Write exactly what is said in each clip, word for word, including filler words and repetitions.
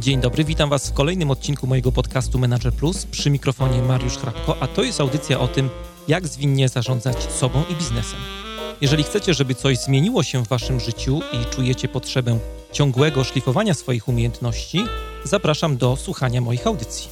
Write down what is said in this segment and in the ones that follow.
Dzień dobry, witam Was w kolejnym odcinku mojego podcastu Menadżer Plus. Przy mikrofonie Mariusz Hrabko, a to jest audycja o tym, jak zwinnie zarządzać sobą i biznesem. Jeżeli chcecie, żeby coś zmieniło się w Waszym życiu i czujecie potrzebę ciągłego szlifowania swoich umiejętności, zapraszam do słuchania moich audycji.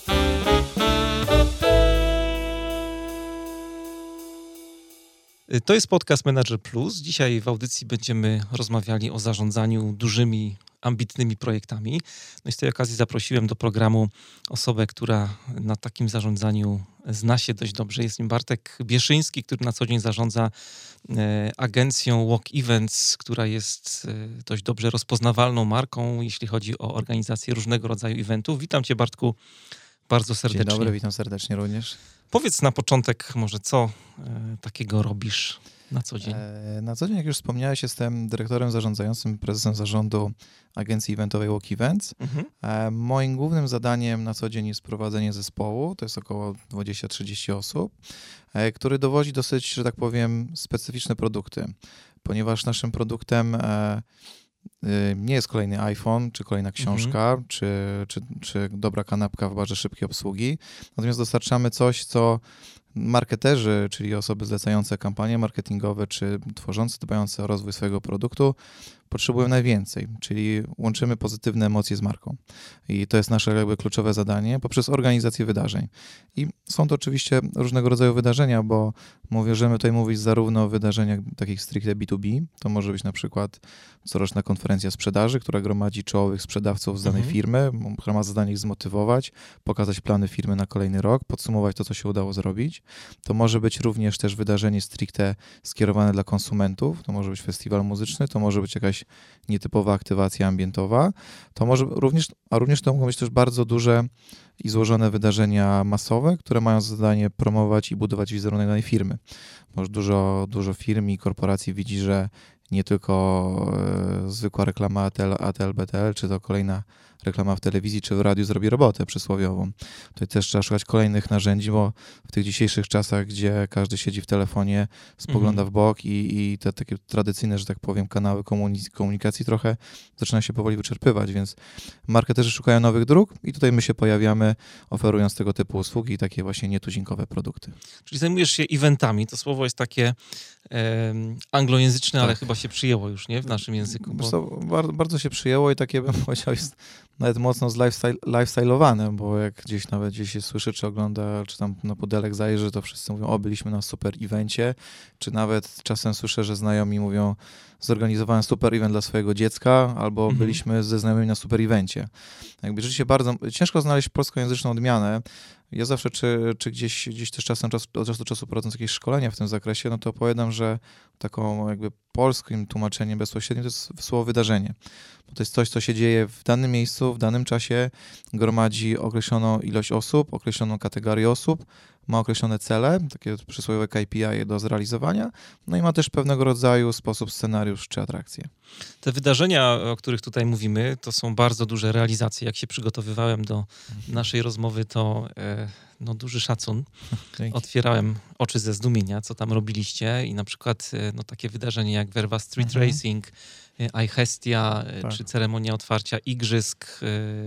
To jest podcast Menadżer Plus. Dzisiaj w audycji będziemy rozmawiali o zarządzaniu dużymi, ambitnymi projektami. No i z tej okazji zaprosiłem do programu osobę, która na takim zarządzaniu zna się dość dobrze. Jest nim Bartek Bieszyński, który na co dzień zarządza e, agencją Walk Events, która jest e, dość dobrze rozpoznawalną marką, jeśli chodzi o organizację różnego rodzaju eventów. Witam Cię, Bartku, bardzo serdecznie. Dzień dobry, witam serdecznie również. Powiedz na początek może, co e, takiego robisz na co dzień? E, na co dzień, jak już wspomniałeś, jestem dyrektorem zarządzającym, prezesem zarządu agencji eventowej Walk Events. Mhm. E, moim głównym zadaniem na co dzień jest prowadzenie zespołu, to jest około dwadzieścia do trzydziestu osób, e, który dowozi dosyć, że tak powiem, specyficzne produkty, ponieważ naszym produktem e, nie jest kolejny iPhone, czy kolejna książka, mhm. czy, czy, czy dobra kanapka w barze szybkiej obsługi. Natomiast dostarczamy coś, co marketerzy, czyli osoby zlecające kampanie marketingowe, czy tworzące, dbające o rozwój swojego produktu, potrzebują najwięcej, czyli łączymy pozytywne emocje z marką. I to jest nasze jakby kluczowe zadanie poprzez organizację wydarzeń. I są to oczywiście różnego rodzaju wydarzenia, bo możemy tutaj mówić zarówno o wydarzeniach takich stricte B dwa B, to może być na przykład coroczna konferencja sprzedaży, która gromadzi czołowych sprzedawców z danej mhm. firmy, która ma zadanie ich zmotywować, pokazać plany firmy na kolejny rok, podsumować to, co się udało zrobić. To może być również też wydarzenie stricte skierowane dla konsumentów, to może być festiwal muzyczny, to może być jakaś nietypowa aktywacja ambientowa, to może również, a również to mogą być też bardzo duże i złożone wydarzenia masowe, które mają zadanie promować i budować wizerunek danej firmy. Może dużo, dużo firm i korporacji widzi, że nie tylko e, zwykła reklama A T L, A T L, B T L, czy to kolejna reklama w telewizji, czy w radiu zrobi robotę przysłowiową. Tutaj też trzeba szukać kolejnych narzędzi, bo w tych dzisiejszych czasach, gdzie każdy siedzi w telefonie, spogląda w bok i, i te takie tradycyjne, że tak powiem, kanały komunikacji, komunikacji trochę zaczynają się powoli wyczerpywać, więc marketerzy szukają nowych dróg i tutaj my się pojawiamy, oferując tego typu usługi i takie właśnie nietuzinkowe produkty. Czyli zajmujesz się eventami. To słowo jest takie e, anglojęzyczne, tak. Ale chyba się przyjęło już, nie? W naszym języku. Bo... To bardzo, bardzo się przyjęło i takie, bym powiedział, jest nawet mocno zlifestyle, lifestyle'owane, bo jak gdzieś nawet gdzieś się słyszy, czy ogląda, czy tam na pudelek zajrzy, to wszyscy mówią, o, byliśmy na super evencie, czy nawet czasem słyszę, że znajomi mówią, zorganizowałem super event dla swojego dziecka, albo mhm. byliśmy ze znajomymi na super evencie. Jakby rzeczywiście bardzo, ciężko znaleźć polskojęzyczną odmianę. Ja zawsze, czy, czy gdzieś, gdzieś też czasem, czas, od czasu do czasu prowadząc jakieś szkolenia w tym zakresie, no to opowiadam, że taką jakby polskim tłumaczeniem bezpośrednim to jest słowo wydarzenie. Bo to jest coś, co się dzieje w danym miejscu, w danym czasie, gromadzi określoną ilość osób, określoną kategorię osób, ma określone cele, takie przysłowiowe K P I do zrealizowania, no i ma też pewnego rodzaju sposób, scenariusz czy atrakcję. Te wydarzenia, o których tutaj mówimy, to są bardzo duże realizacje. Jak się przygotowywałem do naszej rozmowy, to e, no, duży szacun. Dzięki. Otwierałem oczy ze zdumienia, co tam robiliście i na przykład e, no, takie wydarzenie jak Verva Street mhm. Racing, e, iHestia, e, tak. czy ceremonia otwarcia igrzysk e,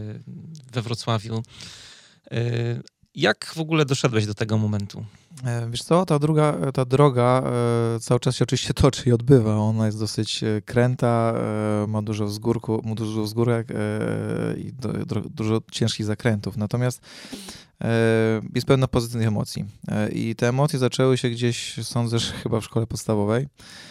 we Wrocławiu. E, Jak w ogóle doszedłeś do tego momentu? Wiesz co, ta, druga, ta droga e, cały czas się oczywiście toczy i odbywa. Ona jest dosyć kręta, e, ma dużo wzgórku, ma dużo wzgórek e, i do, do, dużo ciężkich zakrętów. Natomiast e, jest pełno pozytywnych emocji. E, I te emocje zaczęły się gdzieś, sądzę, że chyba w szkole podstawowej.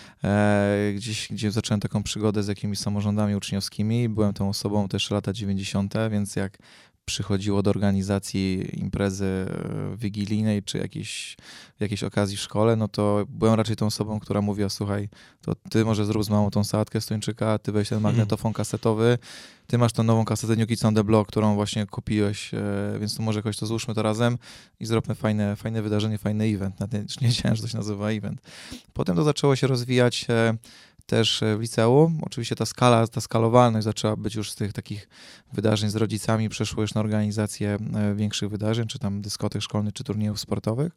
E, gdzieś, gdzie zacząłem taką przygodę z jakimiś samorządami uczniowskimi. Byłem tą osobą też lata dziewięćdziesiąte, więc jak przychodziło do organizacji imprezy wigilijnej czy jakiejś, jakiejś okazji w szkole, no to byłem raczej tą osobą, która mówiła, słuchaj, to ty może zrób z mamą tą sałatkę z tuńczyka, ty weź ten magnetofon kasetowy, ty masz tą nową kasetę New Kids on the Block, którą właśnie kupiłeś, więc to może jakoś to złóżmy to razem i zróbmy fajne, fajne wydarzenie, fajny event. Nawet nie wiedziałem, że to się nazywa event. Potem to zaczęło się rozwijać też w liceum. Oczywiście ta skala, ta skalowalność zaczęła być już z tych takich wydarzeń z rodzicami, przeszło już na organizację większych wydarzeń, czy tam dyskotek szkolnych, czy turniejów sportowych.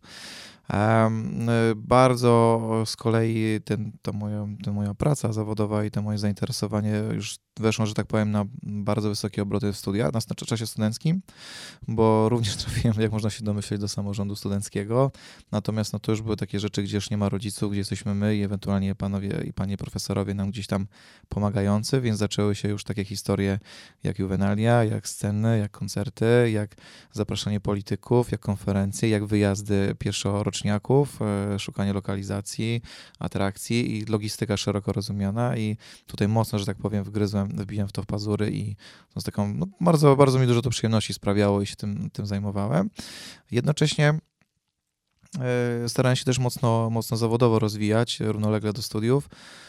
Um, bardzo z kolei ten, to moja, to moja praca zawodowa i to moje zainteresowanie już weszło, że tak powiem, na bardzo wysokie obroty w studia, na czasie studenckim, bo również trafiłem, jak można się domyśleć, do samorządu studenckiego. Natomiast no, to już były takie rzeczy, gdzie już nie ma rodziców, gdzie jesteśmy my i ewentualnie panowie i panie profesorowie nam gdzieś tam pomagający, więc zaczęły się już takie historie jak Juvenalia, jak sceny, jak koncerty, jak zapraszanie polityków, jak konferencje, jak wyjazdy pierwszoroczniaków, szukanie lokalizacji, atrakcji i logistyka szeroko rozumiana i tutaj mocno, że tak powiem, wgryzłem, wbiłem w to w pazury i z taką, no, bardzo, bardzo mi dużo to przyjemności sprawiało i się tym, tym zajmowałem. Jednocześnie yy, starałem się też mocno, mocno zawodowo rozwijać, równolegle do studiów.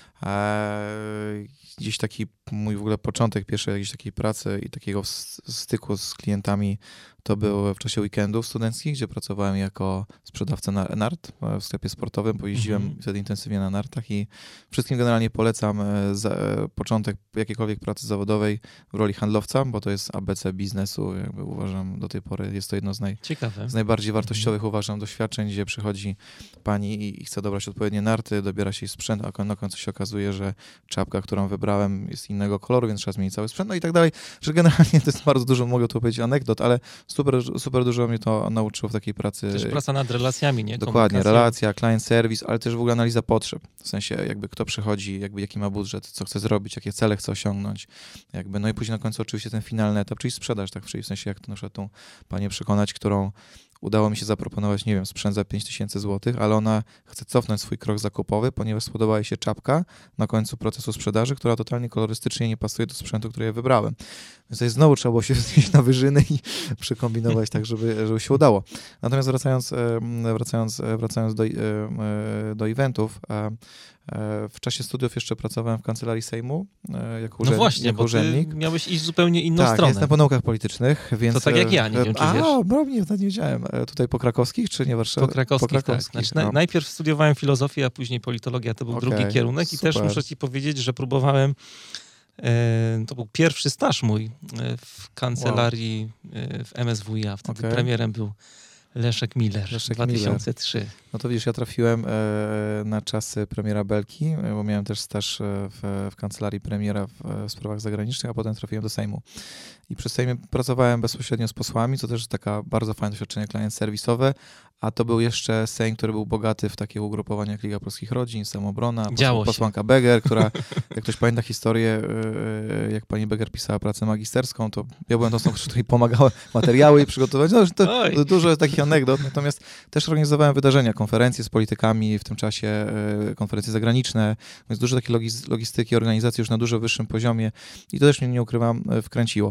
Eee, gdzieś taki mój w ogóle początek pierwszej jakiejś takiej pracy i takiego styku z klientami to był w czasie weekendów studenckich, gdzie pracowałem jako sprzedawca nart w sklepie sportowym, bo jeździłem mm-hmm. wtedy intensywnie na nartach i wszystkim generalnie polecam za, początek jakiejkolwiek pracy zawodowej w roli handlowca, bo to jest A B C biznesu, jakby uważam do tej pory jest to jedno z, naj, z najbardziej wartościowych mm-hmm. uważam doświadczeń, gdzie przychodzi pani i, i chce dobrać odpowiednie narty, dobiera się sprzęt, a na końcu się okazuje, że czapka, którą wybrałem jest innego koloru, więc trzeba zmienić cały sprzęt, no i tak dalej, że generalnie to jest bardzo dużo, mogę tu powiedzieć anegdot, ale super, super dużo mnie to nauczyło w takiej pracy. Też praca nad relacjami, nie? Dokładnie, relacja, client service, ale też w ogóle analiza potrzeb. W sensie jakby kto przychodzi, jakby jaki ma budżet, co chce zrobić, jakie cele chce osiągnąć. Jakby, no i później na końcu oczywiście ten finalny etap, czyli sprzedaż, tak, czyli w sensie jak to na przykład tą panię przekonać, którą udało mi się zaproponować, nie wiem, sprzęt za pięć tysięcy złotych, ale ona chce cofnąć swój krok zakupowy, ponieważ spodobała jej się czapka na końcu procesu sprzedaży, która totalnie kolorystycznie nie pasuje do sprzętu, który ja wybrałem. Więc tutaj znowu trzeba było się wznieść na wyżyny i przekombinować tak, żeby, żeby się udało. Natomiast wracając, wracając, wracając do, do eventów, w czasie studiów jeszcze pracowałem w kancelarii Sejmu jako urzędnik. No właśnie, jako bo urzędnik. ty miałeś iść zupełnie inną tak, stronę. Tak, jestem po naukach politycznych, więc... To tak jak ja, nie wiem, czy A, wiesz. A, bo nie, nie wiedziałem. Tutaj po krakowskich, czy nie Warszawie? Po krakowskich, po krakowskich tak. Znaczy, no. Najpierw studiowałem filozofię, a później politologię, to był okay, drugi kierunek super. I też muszę ci powiedzieć, że próbowałem, e, to był pierwszy staż mój w kancelarii wow. w M S W i a, wtedy okay. premierem był Leszek Miller, Leszek dwa tysiące trzy. Miller. No to widzisz, ja trafiłem e, na czasy premiera Belki, bo miałem też staż w, w kancelarii premiera w, w sprawach zagranicznych, a potem trafiłem do Sejmu. I przy Sejmie pracowałem bezpośrednio z posłami, co też taka bardzo fajne doświadczenie klient serwisowe, a to był jeszcze Sejm, który był bogaty w takie ugrupowania jak Liga Polskich Rodzin, Samoobrona, Działo posłanka się. Beger, która, jak ktoś pamięta historię, jak pani Beger pisała pracę magisterską, to ja byłem tą osobą, która pomagałem materiały i przygotować. No, to, to dużo jest takich anegdot, natomiast też organizowałem wydarzenia, konferencje z politykami, w tym czasie konferencje zagraniczne, więc dużo takiej logistyki, organizacji już na dużo wyższym poziomie i to też mnie, nie ukrywam, wkręciło.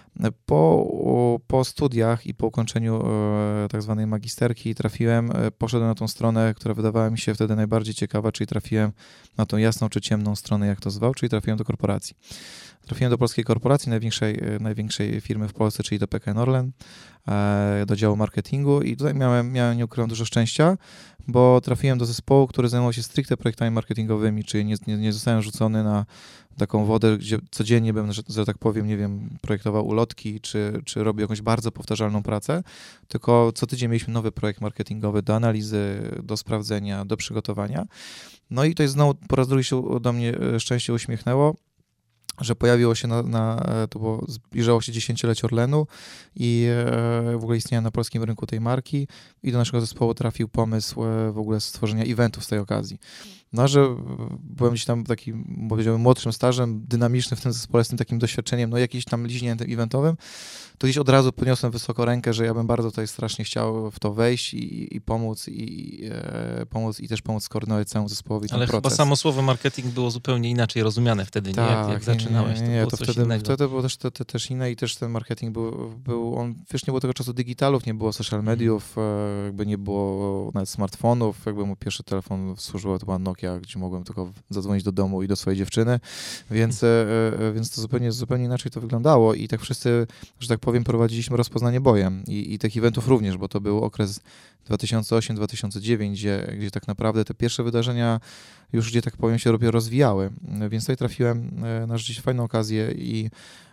Po, po studiach i po ukończeniu e, tak zwanej magisterki trafiłem, e, poszedłem na tą stronę, która wydawała mi się wtedy najbardziej ciekawa, czyli trafiłem na tą jasną czy ciemną stronę, jak to zwał, czyli trafiłem do korporacji. Trafiłem do polskiej korporacji, największej, największej firmy w Polsce, czyli do P K N Orlen, e, do działu marketingu i tutaj miałem, miałem, nie ukrywam, dużo szczęścia, bo trafiłem do zespołu, który zajmował się stricte projektami marketingowymi, czyli nie, nie, nie zostałem rzucony na taką wodę, gdzie codziennie bym, że, że tak powiem, nie wiem, projektował ulotki, czy, czy robił jakąś bardzo powtarzalną pracę, tylko co tydzień mieliśmy nowy projekt marketingowy do analizy, do sprawdzenia, do przygotowania. No i to jest znowu po raz drugi się do mnie szczęście uśmiechnęło, że pojawiło się na, na to było, zbliżało się dziesięciolecie Orlenu i e, w ogóle istnienia na polskim rynku tej marki i do naszego zespołu trafił pomysł e, w ogóle stworzenia eventów z tej okazji. No, że byłem gdzieś tam takim, powiedziałbym, młodszym stażem, dynamiczny w tym zespole, z tym takim doświadczeniem, no jakiś tam liźniętym eventowym, to gdzieś od razu podniosłem wysoko rękę, że ja bym bardzo tutaj strasznie chciał w to wejść i, i pomóc i e, pomóc i też pomóc skoordynować całemu zespołowi ten Ale proces. chyba samo słowo marketing było zupełnie inaczej rozumiane wtedy, tak, nie? Jak, jak zaczynałeś, nie, nie, nie, to było to coś wtedy, innego. Wtedy było też, to, to też inne i też ten marketing był, był, on, wiesz, nie było tego czasu digitalów, nie było social mediów, mm. jakby nie było nawet smartfonów, jakby mój pierwszy telefon służył, to była Nokia, gdzie mogłem tylko zadzwonić do domu i do swojej dziewczyny, więc, mm. więc to zupełnie, zupełnie inaczej to wyglądało i tak wszyscy, że tak powiem, prowadziliśmy rozpoznanie bojem i, i tych eventów również, bo to był okres dwa tysiące osiem dwa tysiące dziewięć, gdzie, gdzie tak naprawdę te pierwsze wydarzenia już, gdzie tak powiem, się dopiero rozwijały, więc tutaj trafiłem na rzeczywiście fajną okazję i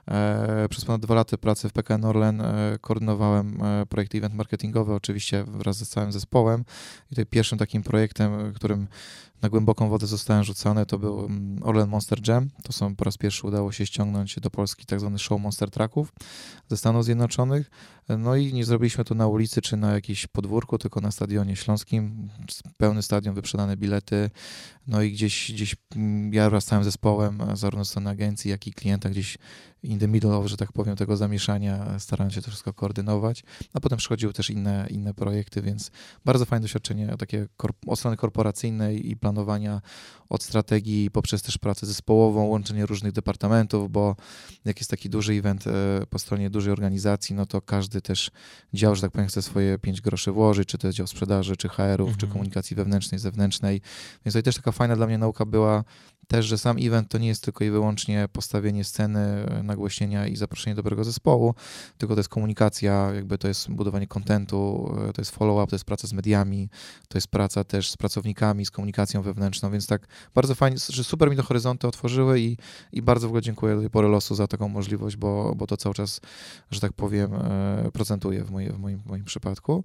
E, przez ponad dwa lata pracy w P K N Orlen e, koordynowałem e, projekty event marketingowe, oczywiście wraz z całym zespołem. I tutaj pierwszym takim projektem, którym na głęboką wodę zostałem rzucony, to był Orlen Monster Jam. To są po raz pierwszy udało się ściągnąć do Polski tak zwany show Monster Trucków ze Stanów Zjednoczonych. No i nie zrobiliśmy to na ulicy czy na jakimś podwórku, tylko na Stadionie Śląskim. Pełny stadion, wyprzedane bilety. No i gdzieś, gdzieś ja wraz z całym zespołem, zarówno z strony agencji, jak i klienta, gdzieś in the middle of, że tak powiem, tego zamieszania, starałem się to wszystko koordynować. A potem przychodziły też inne, inne projekty, więc bardzo fajne doświadczenie takie korp- od strony korporacyjnej i planowania, od strategii poprzez też pracę zespołową, łączenie różnych departamentów, bo jak jest taki duży event po stronie dużej organizacji, no to każdy też dział, że tak powiem, chce swoje pięć groszy włożyć, czy to jest dział sprzedaży, czy H R ów, mhm. czy komunikacji wewnętrznej, zewnętrznej. Więc tutaj też taka fajna dla mnie nauka była też, że sam event to nie jest tylko i wyłącznie postawienie sceny, nagłośnienia i zaproszenie dobrego zespołu, tylko to jest komunikacja, jakby to jest budowanie kontentu, to jest follow-up, to jest praca z mediami, to jest praca też z pracownikami, z komunikacją wewnętrzną, więc tak bardzo fajnie, że super mi to horyzonty otworzyły i, i bardzo w ogóle dziękuję do tej pory losu za taką możliwość, bo, bo to cały czas, że tak powiem, procentuje w, moje, w, moim, w moim przypadku.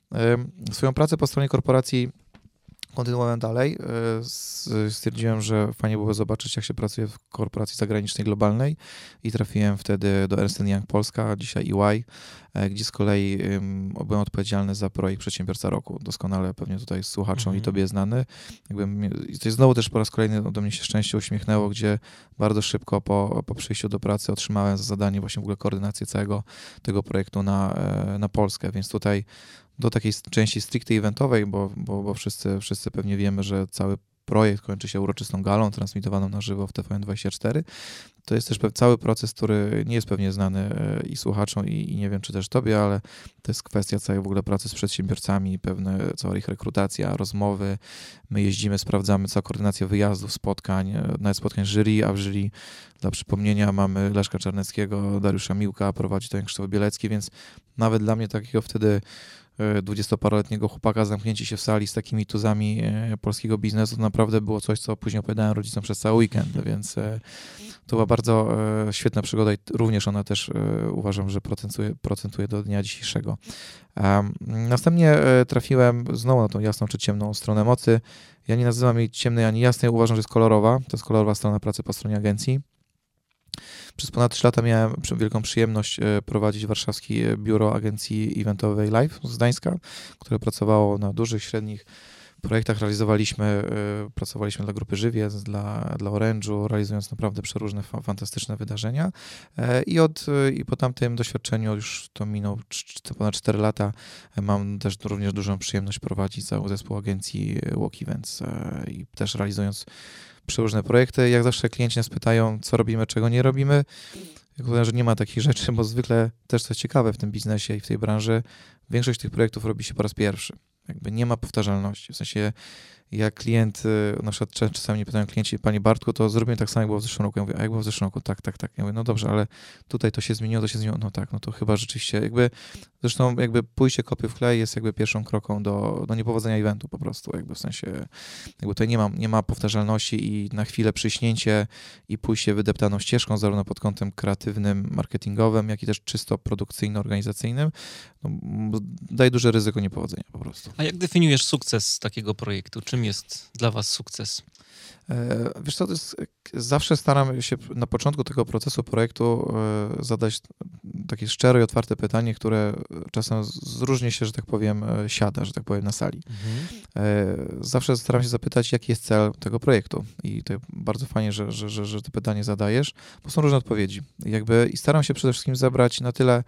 Swoją pracę po stronie korporacji kontynuowałem dalej. Stwierdziłem, że fajnie byłoby zobaczyć, jak się pracuje w korporacji zagranicznej, globalnej i trafiłem wtedy do Ernst and Young Polska, dzisiaj E Y, gdzie z kolei byłem odpowiedzialny za projekt Przedsiębiorca Roku. Doskonale pewnie tutaj słuchaczom mm-hmm. i tobie znany. Jakby, to jest znowu też po raz kolejny do mnie się szczęście uśmiechnęło, gdzie bardzo szybko po, po przyjściu do pracy otrzymałem za zadanie właśnie w ogóle koordynację całego tego projektu na, na Polskę, więc tutaj do takiej części stricte eventowej, bo, bo, bo wszyscy, wszyscy pewnie wiemy, że cały projekt kończy się uroczystą galą transmitowaną na żywo w T V N dwadzieścia cztery. To jest też cały proces, który nie jest pewnie znany i słuchaczom, i, i nie wiem, czy też tobie, ale to jest kwestia całej w ogóle pracy z przedsiębiorcami, pewne, cała ich rekrutacja, rozmowy. My jeździmy, sprawdzamy całą koordynację wyjazdów, spotkań, nawet spotkań jury, a w jury dla przypomnienia mamy Leszka Czarneckiego, Dariusza Miłka, prowadzi to Krzysztof Bielecki, więc nawet dla mnie takiego wtedy dwudziestoparoletniego chłopaka zamknięcie się w sali z takimi tuzami polskiego biznesu to naprawdę było coś, co później opowiadałem rodzicom przez cały weekend, więc to była bardzo świetna przygoda i również ona też uważam, że procentuje, procentuje do dnia dzisiejszego. Następnie trafiłem znowu na tą jasną czy ciemną stronę mocy. Ja nie nazywam jej ciemnej ani jasnej, uważam, że jest kolorowa. To jest kolorowa strona pracy po stronie agencji. Przez ponad trzy lata miałem wielką przyjemność prowadzić warszawskie biuro agencji eventowej Live z Gdańska, które pracowało na dużych, średnich projektach. Realizowaliśmy, pracowaliśmy dla Grupy Żywiec, dla, dla Orange'u, realizując naprawdę przeróżne, fa- fantastyczne wydarzenia. I, od, I po tamtym doświadczeniu, już to minął ponad cztery lata, mam też również dużą przyjemność prowadzić cały zespół agencji Walk Events i też realizując przeróżne projekty. Jak zawsze klienci nas pytają, co robimy, czego nie robimy. Ja powiem, że nie ma takich rzeczy, bo zwykle też co jest ciekawe w tym biznesie i w tej branży, większość tych projektów robi się po raz pierwszy. Jakby nie ma powtarzalności. W sensie jak klient, na przykład czasami mnie pytają klienci, panie Bartku, to zrobimy tak samo, jak było w zeszłym roku. Ja mówię, a jak było w zeszłym roku? Tak, tak, tak. Ja mówię, no dobrze, ale tutaj to się zmieniło, to się zmieniło. No tak, no to chyba rzeczywiście jakby, zresztą jakby pójście kopy w klej jest jakby pierwszą kroką do, do niepowodzenia eventu po prostu, jakby w sensie, jakby tutaj nie ma, nie ma powtarzalności i na chwilę przyśnięcie i pójście wydeptaną ścieżką, zarówno pod kątem kreatywnym, marketingowym, jak i też czysto produkcyjno-organizacyjnym, no, daje duże ryzyko niepowodzenia po prostu. A jak definiujesz sukces takiego projektu? Czym jest dla was sukces? Wiesz co, to jest, zawsze staram się na początku tego procesu projektu zadać takie szczere i otwarte pytanie, które czasem różnie się, że tak powiem, siada, że tak powiem, na sali. Mhm. Zawsze staram się zapytać, jaki jest cel tego projektu. I to bardzo fajnie, że, że, że, że to pytanie zadajesz, bo są różne odpowiedzi. Jakby, i staram się przede wszystkim zebrać na tyle,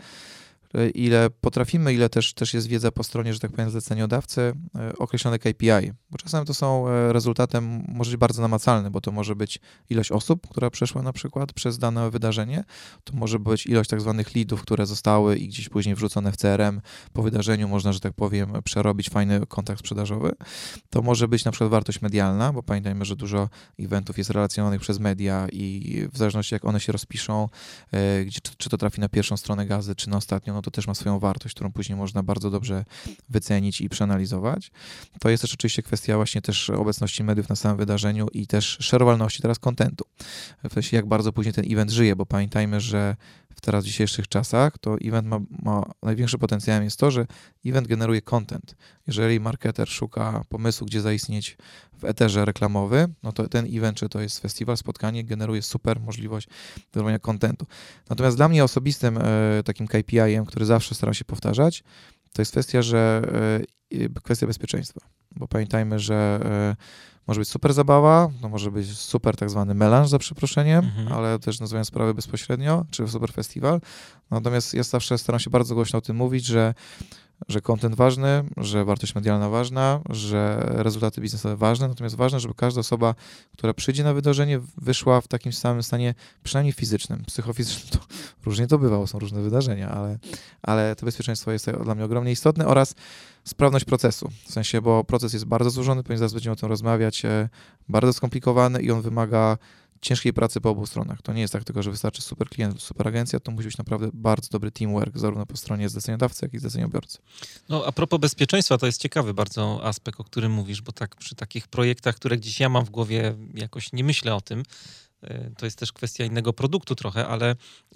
ile potrafimy, ile też, też jest wiedza po stronie, że tak powiem, zleceniodawcy, określone K P I, bo czasem to są rezultatem może być bardzo namacalny, bo to może być ilość osób, która przeszła na przykład przez dane wydarzenie, to może być ilość tak zwanych leadów, które zostały i gdzieś później wrzucone w C R M, po wydarzeniu można, że tak powiem, przerobić fajny kontakt sprzedażowy, to może być na przykład wartość medialna, bo pamiętajmy, że dużo eventów jest relacjonowanych przez media i w zależności jak one się rozpiszą, gdzie, czy, czy to trafi na pierwszą stronę gazy, czy na ostatnią, no to też ma swoją wartość, którą później można bardzo dobrze wycenić i przeanalizować. To jest też oczywiście kwestia właśnie też obecności mediów na samym wydarzeniu i też szerowalności teraz kontentu. W sensie jak bardzo później ten event żyje, bo pamiętajmy, że w teraz dzisiejszych czasach to event ma, ma największym potencjałem jest to, że event generuje content. Jeżeli marketer szuka pomysłu, gdzie zaistnieć w eterze reklamowy, no to ten event, czy to jest festiwal, spotkanie, generuje super możliwość do robienia contentu. Natomiast dla mnie osobistym e, takim K P I-em, który zawsze staram się powtarzać, to jest kwestia, że e, kwestia bezpieczeństwa. Bo pamiętajmy, że e, może być super zabawa, no może być super tak zwany melanż za przeproszeniem, mhm. ale też nazywając sprawy bezpośrednio, czy super festiwal. Natomiast ja zawsze staram się bardzo głośno o tym mówić, że że content ważny, że wartość medialna ważna, że rezultaty biznesowe ważne, natomiast ważne, żeby każda osoba, która przyjdzie na wydarzenie, wyszła w takim samym stanie, przynajmniej fizycznym. Psychofizycznym to różnie to bywało, są różne wydarzenia, ale, ale to bezpieczeństwo jest dla mnie ogromnie istotne oraz sprawność procesu, w sensie, bo proces jest bardzo złożony, ponieważ zaraz będziemy o tym rozmawiać, bardzo skomplikowany i on wymaga ciężkiej pracy po obu stronach. To nie jest tak tylko, że wystarczy super klient, super agencja, to musi być naprawdę bardzo dobry teamwork, zarówno po stronie zleceniodawcy, jak i zleceniobiorcy. No a propos bezpieczeństwa, to jest ciekawy bardzo aspekt, o którym mówisz, bo tak przy takich projektach, które gdzieś ja mam w głowie, jakoś nie myślę o tym. To jest też kwestia innego produktu trochę, ale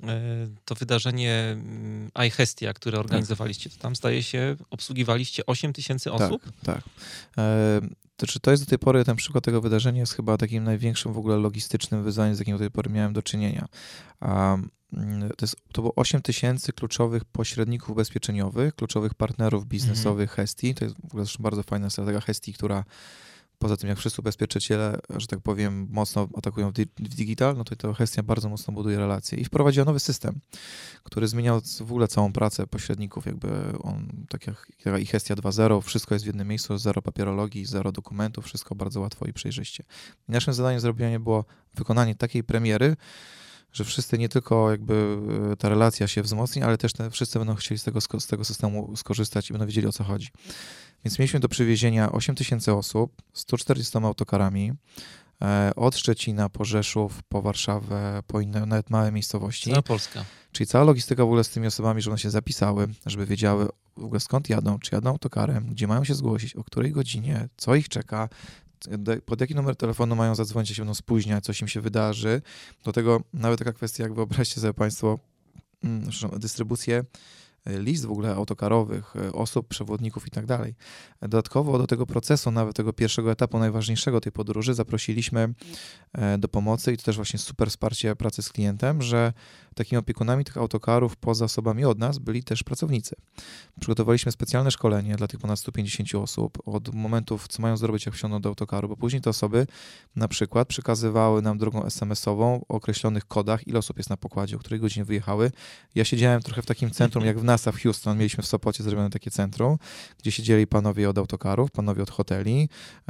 to wydarzenie iHestia, które organizowaliście, to tam zdaje się obsługiwaliście osiem tysięcy osób? Tak, tak. E, to, czy to jest do tej pory, ten przykład tego wydarzenia jest chyba takim największym w ogóle logistycznym wyzwaniem, z jakim do tej pory miałem do czynienia. A, to, jest, to było osiem tysięcy kluczowych pośredników ubezpieczeniowych, kluczowych partnerów biznesowych mhm. Hestii. To jest w ogóle zresztą bardzo fajna strategia Hestii, która poza tym, jak wszyscy ubezpieczyciele, że tak powiem, mocno atakują w, di- w digital, no to, to Hestia bardzo mocno buduje relacje i wprowadziła nowy system, który zmieniał w ogóle całą pracę pośredników, jakby on, tak jak, jak i Hestia dwa zero, wszystko jest w jednym miejscu, zero papierologii, zero dokumentów, wszystko bardzo łatwo i przejrzyście. I naszym zadaniem zrobienia było wykonanie takiej premiery, że wszyscy nie tylko jakby ta relacja się wzmocni, ale też te, wszyscy będą chcieli z tego, z tego systemu skorzystać i będą wiedzieli, o co chodzi. Więc mieliśmy do przywiezienia osiem tysięcy osób, sto czterdziestoma autokarami, e, od Szczecina po Rzeszów, po Warszawę, po inne, nawet małe miejscowości. Cała Polska. Czyli cała logistyka w ogóle z tymi osobami, żeby one się zapisały, żeby wiedziały w ogóle skąd jadą, czy jadą autokarem, gdzie mają się zgłosić, o której godzinie, co ich czeka, pod jaki numer telefonu mają zadzwonić, jeśli będą spóźniać, coś im się wydarzy. Do tego nawet taka kwestia, jak wyobraźcie sobie Państwo mm, dystrybucję list w ogóle autokarowych, osób, przewodników i tak dalej. Dodatkowo do tego procesu, nawet tego pierwszego etapu, najważniejszego tej podróży, zaprosiliśmy do pomocy i to też właśnie super wsparcie pracy z klientem, że takimi opiekunami tych autokarów poza osobami od nas byli też pracownicy. Przygotowaliśmy specjalne szkolenie dla tych ponad stu pięćdziesięciu osób od momentów, co mają zrobić, jak wsiądą do autokaru, bo później te osoby na przykład przekazywały nam drogą es em esową o określonych kodach, ile osób jest na pokładzie, o której godzinie wyjechały. Ja siedziałem trochę w takim centrum, jak w NASA w Houston, mieliśmy w Sopocie zrobione takie centrum, gdzie siedzieli panowie od autokarów, panowie od hoteli, e,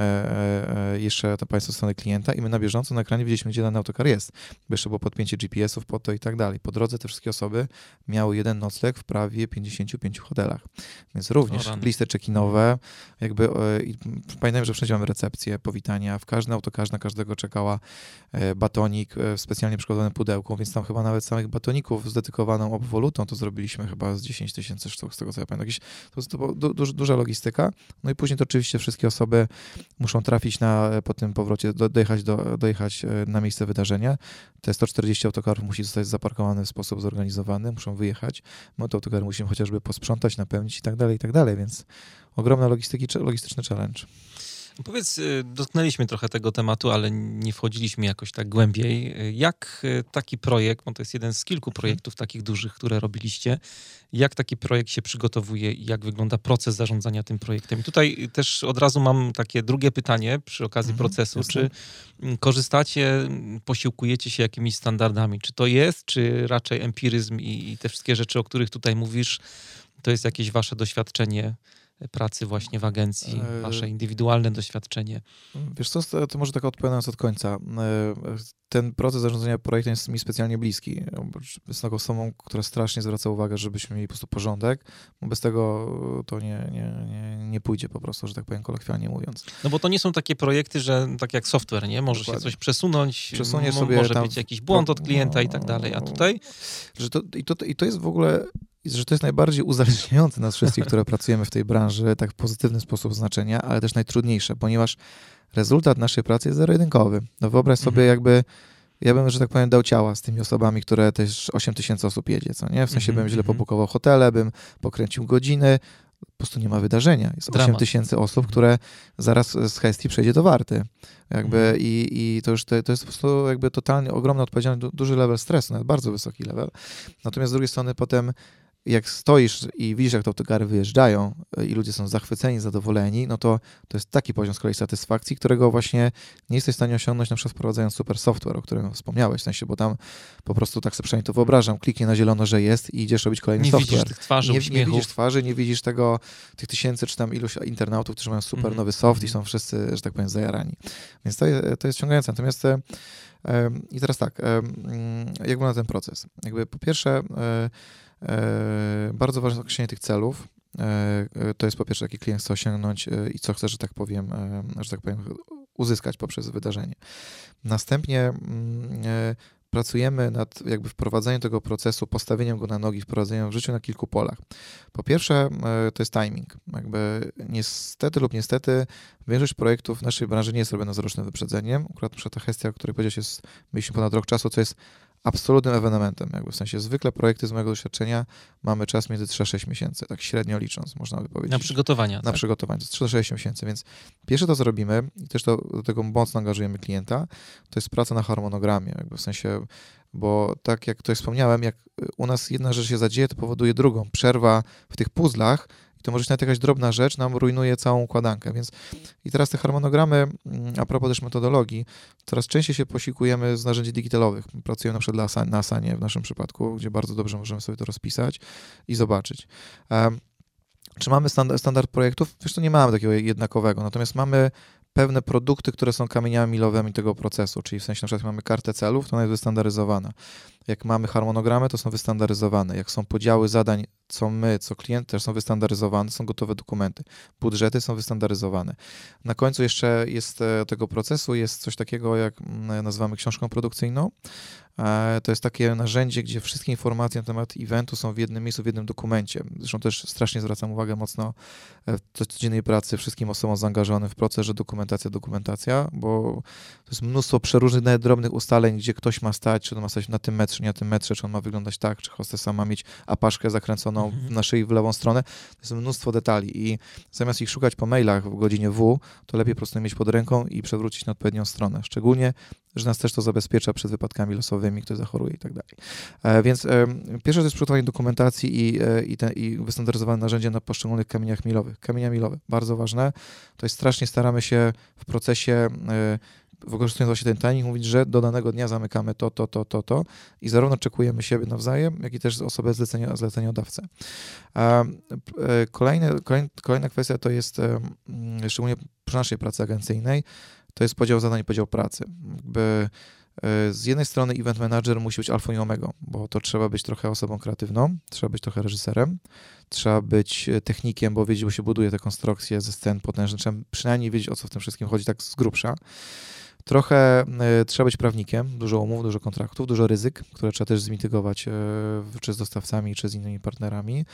e, e, jeszcze to państwo z strony klienta i my na bieżąco na ekranie widzieliśmy, gdzie dany autokar jest, bo jeszcze było podpięcie G P S-ów po to i tak dalej. Po drodze te wszystkie osoby miały jeden nocleg w prawie pięćdziesięciu pięciu hotelach. Więc również listy check-inowe, jakby e, i pamiętajmy, że wszędzie mamy recepcję, powitania, w każdym autokarze na każdego czekała e, batonik e, w specjalnie przygotowanym pudełku, więc tam chyba nawet samych batoników z dedykowaną obwolutą to zrobiliśmy chyba z dziesięć tysięcy sztuk, z tego co ja pamiętam. Jakieś, to jest to du, du, duża logistyka. No i później to oczywiście wszystkie osoby muszą trafić na, po tym powrocie, do, dojechać, do, dojechać na miejsce wydarzenia. Te sto czterdzieści autokarów musi zostać zaparkowane w sposób zorganizowany, muszą wyjechać. My te autokary musimy chociażby posprzątać, napełnić i tak dalej, i tak dalej, więc ogromna logistyki, logistyczny challenge. Powiedz, dotknęliśmy trochę tego tematu, ale nie wchodziliśmy jakoś tak głębiej. Jak taki projekt, bo to jest jeden z kilku projektów takich dużych, które robiliście, jak taki projekt się przygotowuje i jak wygląda proces zarządzania tym projektem? I tutaj też od razu mam takie drugie pytanie przy okazji mhm, procesu. Jasne. Czy korzystacie, posiłkujecie się jakimiś standardami? Czy to jest, czy raczej empiryzm i, i te wszystkie rzeczy, o których tutaj mówisz, to jest jakieś wasze doświadczenie pracy właśnie w agencji, wasze indywidualne doświadczenie? Wiesz co, to może tak odpowiadając od końca. Ten proces zarządzania projektem jest mi specjalnie bliski. Jest taką osobą, która strasznie zwraca uwagę, żebyśmy mieli po prostu porządek, bo bez tego to nie, nie, nie, nie pójdzie po prostu, że tak powiem kolokwialnie mówiąc. No bo to nie są takie projekty, że tak jak software, nie? Możesz się coś przesunąć, Przesuniesz m- sobie może tam, być jakiś błąd od klienta no, i tak dalej, a tutaj? Że to, i, to, I to jest w ogóle że to jest najbardziej uzależniające nas wszystkich, które pracujemy w tej branży, tak w pozytywny sposób znaczenia, ale też najtrudniejsze, ponieważ rezultat naszej pracy jest zero-jedynkowy. No wyobraź sobie mhm. jakby, ja bym, że tak powiem, dał ciała z tymi osobami, które też osiem tysięcy osób jedzie, co nie? W sensie mhm. bym źle pobukował hotele, bym pokręcił godziny, po prostu nie ma wydarzenia. Jest osiem tysięcy osób, które zaraz z Hestii przejdzie do Warty. Jakby mhm. i, i to już te, to jest po prostu jakby totalnie ogromna odpowiedzialność, du, duży level stresu, nawet bardzo wysoki level. Natomiast z drugiej strony potem jak stoisz i widzisz, jak te autokary wyjeżdżają i ludzie są zachwyceni, zadowoleni, no to to jest taki poziom z kolei satysfakcji, którego właśnie nie jesteś w stanie osiągnąć na przykład wprowadzając super software, o którym wspomniałeś, w sensie, bo tam po prostu tak sobie przynajmniej to wyobrażam, kliknie na zielono, że jest i idziesz robić kolejny nie software. Nie widzisz tych twarzy, nie, uśmiechów. Nie widzisz twarzy, nie widzisz tego, tych tysięcy czy tam iluś internautów, którzy mają super mm. nowy soft mm. i są wszyscy, że tak powiem, zajarani. Więc to, to jest ciągające. Natomiast i teraz tak, jak wygląda ten proces? Jakby po pierwsze bardzo ważne jest określenie tych celów. To jest po pierwsze, jaki klient chce osiągnąć i co chce, że tak powiem, że tak powiem, uzyskać poprzez wydarzenie. Następnie pracujemy nad jakby wprowadzeniem tego procesu, postawieniem go na nogi, wprowadzeniem w życiu na kilku polach. Po pierwsze, to jest timing. Jakby niestety lub niestety większość projektów w naszej branży nie jest robiona z rocznym wyprzedzeniem. Akurat na przykład ta Hestia, o której powiedziałeś, jest, mieliśmy ponad rok czasu, co jest absolutnym ewenementem. Jakby w sensie zwykle projekty z mojego doświadczenia mamy czas między trzy a sześć miesięcy, tak średnio licząc, można by powiedzieć. Na przygotowania. Na tak? przygotowanie, to jest trzy do sześciu miesięcy, więc pierwsze to, co robimy i też to, do tego mocno angażujemy klienta, to jest praca na harmonogramie, jakby w sensie, bo tak jak tutaj wspomniałem, jak u nas jedna rzecz się zadzieje, to powoduje drugą. Przerwa w tych puzzlach, to może być nawet jakaś drobna rzecz, nam rujnuje całą układankę, więc i teraz te harmonogramy, a propos też metodologii, coraz częściej się posiłkujemy z narzędzi digitalowych. Pracujemy na przykład na Asanie w naszym przypadku, gdzie bardzo dobrze możemy sobie to rozpisać i zobaczyć. Um, czy mamy standard, standard projektów? Wiesz, to nie mamy takiego jednakowego, natomiast mamy pewne produkty, które są kamieniami milowymi tego procesu, czyli w sensie na przykład mamy kartę celów, to ona jest wystandaryzowana. Jak mamy harmonogramy, to są wystandaryzowane. Jak są podziały zadań, co my, co klient, też są wystandaryzowane, są gotowe dokumenty. Budżety są wystandaryzowane. Na końcu jeszcze jest tego procesu jest coś takiego, jak nazywamy książką produkcyjną. To jest takie narzędzie, gdzie wszystkie informacje na temat eventu są w jednym miejscu, w jednym dokumencie. Zresztą też strasznie zwracam uwagę mocno w codziennej pracy wszystkim osobom zaangażowanym w proces, że dokumentacja, dokumentacja, bo to jest mnóstwo przeróżnych, nawet drobnych ustaleń, gdzie ktoś ma stać, czy on ma stać na tym metrze, nie na tym metrze, czy on ma wyglądać tak, czy hostesa ma mieć apaszkę zakręconą mhm. na szyi w lewą stronę. To jest mnóstwo detali i zamiast ich szukać po mailach w godzinie W, to lepiej po prostu mieć pod ręką i przewrócić na odpowiednią stronę. Szczególnie, że nas też to zabezpiecza przed wypadkami losowymi, ktoś zachoruje i tak dalej. E, więc e, pierwsze to jest przygotowanie dokumentacji i, e, i, te, i wystandaryzowane narzędzia na poszczególnych kamieniach milowych. Kamienia milowe, bardzo ważne. To jest strasznie staramy się w procesie e, wykorzystując właśnie ten timing, mówić, że do danego dnia zamykamy to, to, to, to, to i zarówno czekujemy siebie nawzajem, jak i też osobę zlecenia, zleceniodawcę. Kolejne, kolejne, kolejna kwestia to jest, szczególnie przy naszej pracy agencyjnej, to jest podział zadań i podział pracy. Jakby z jednej strony event manager musi być alfą i omegą, bo to trzeba być trochę osobą kreatywną, trzeba być trochę reżyserem, trzeba być technikiem, bo wiedzieć, bo się buduje te konstrukcje ze scen potężnych, trzeba przynajmniej wiedzieć, o co w tym wszystkim chodzi, tak z grubsza. Trochę y, trzeba być prawnikiem, dużo umów, dużo kontraktów, dużo ryzyk, które trzeba też zmitygować y, czy z dostawcami, czy z innymi partnerami.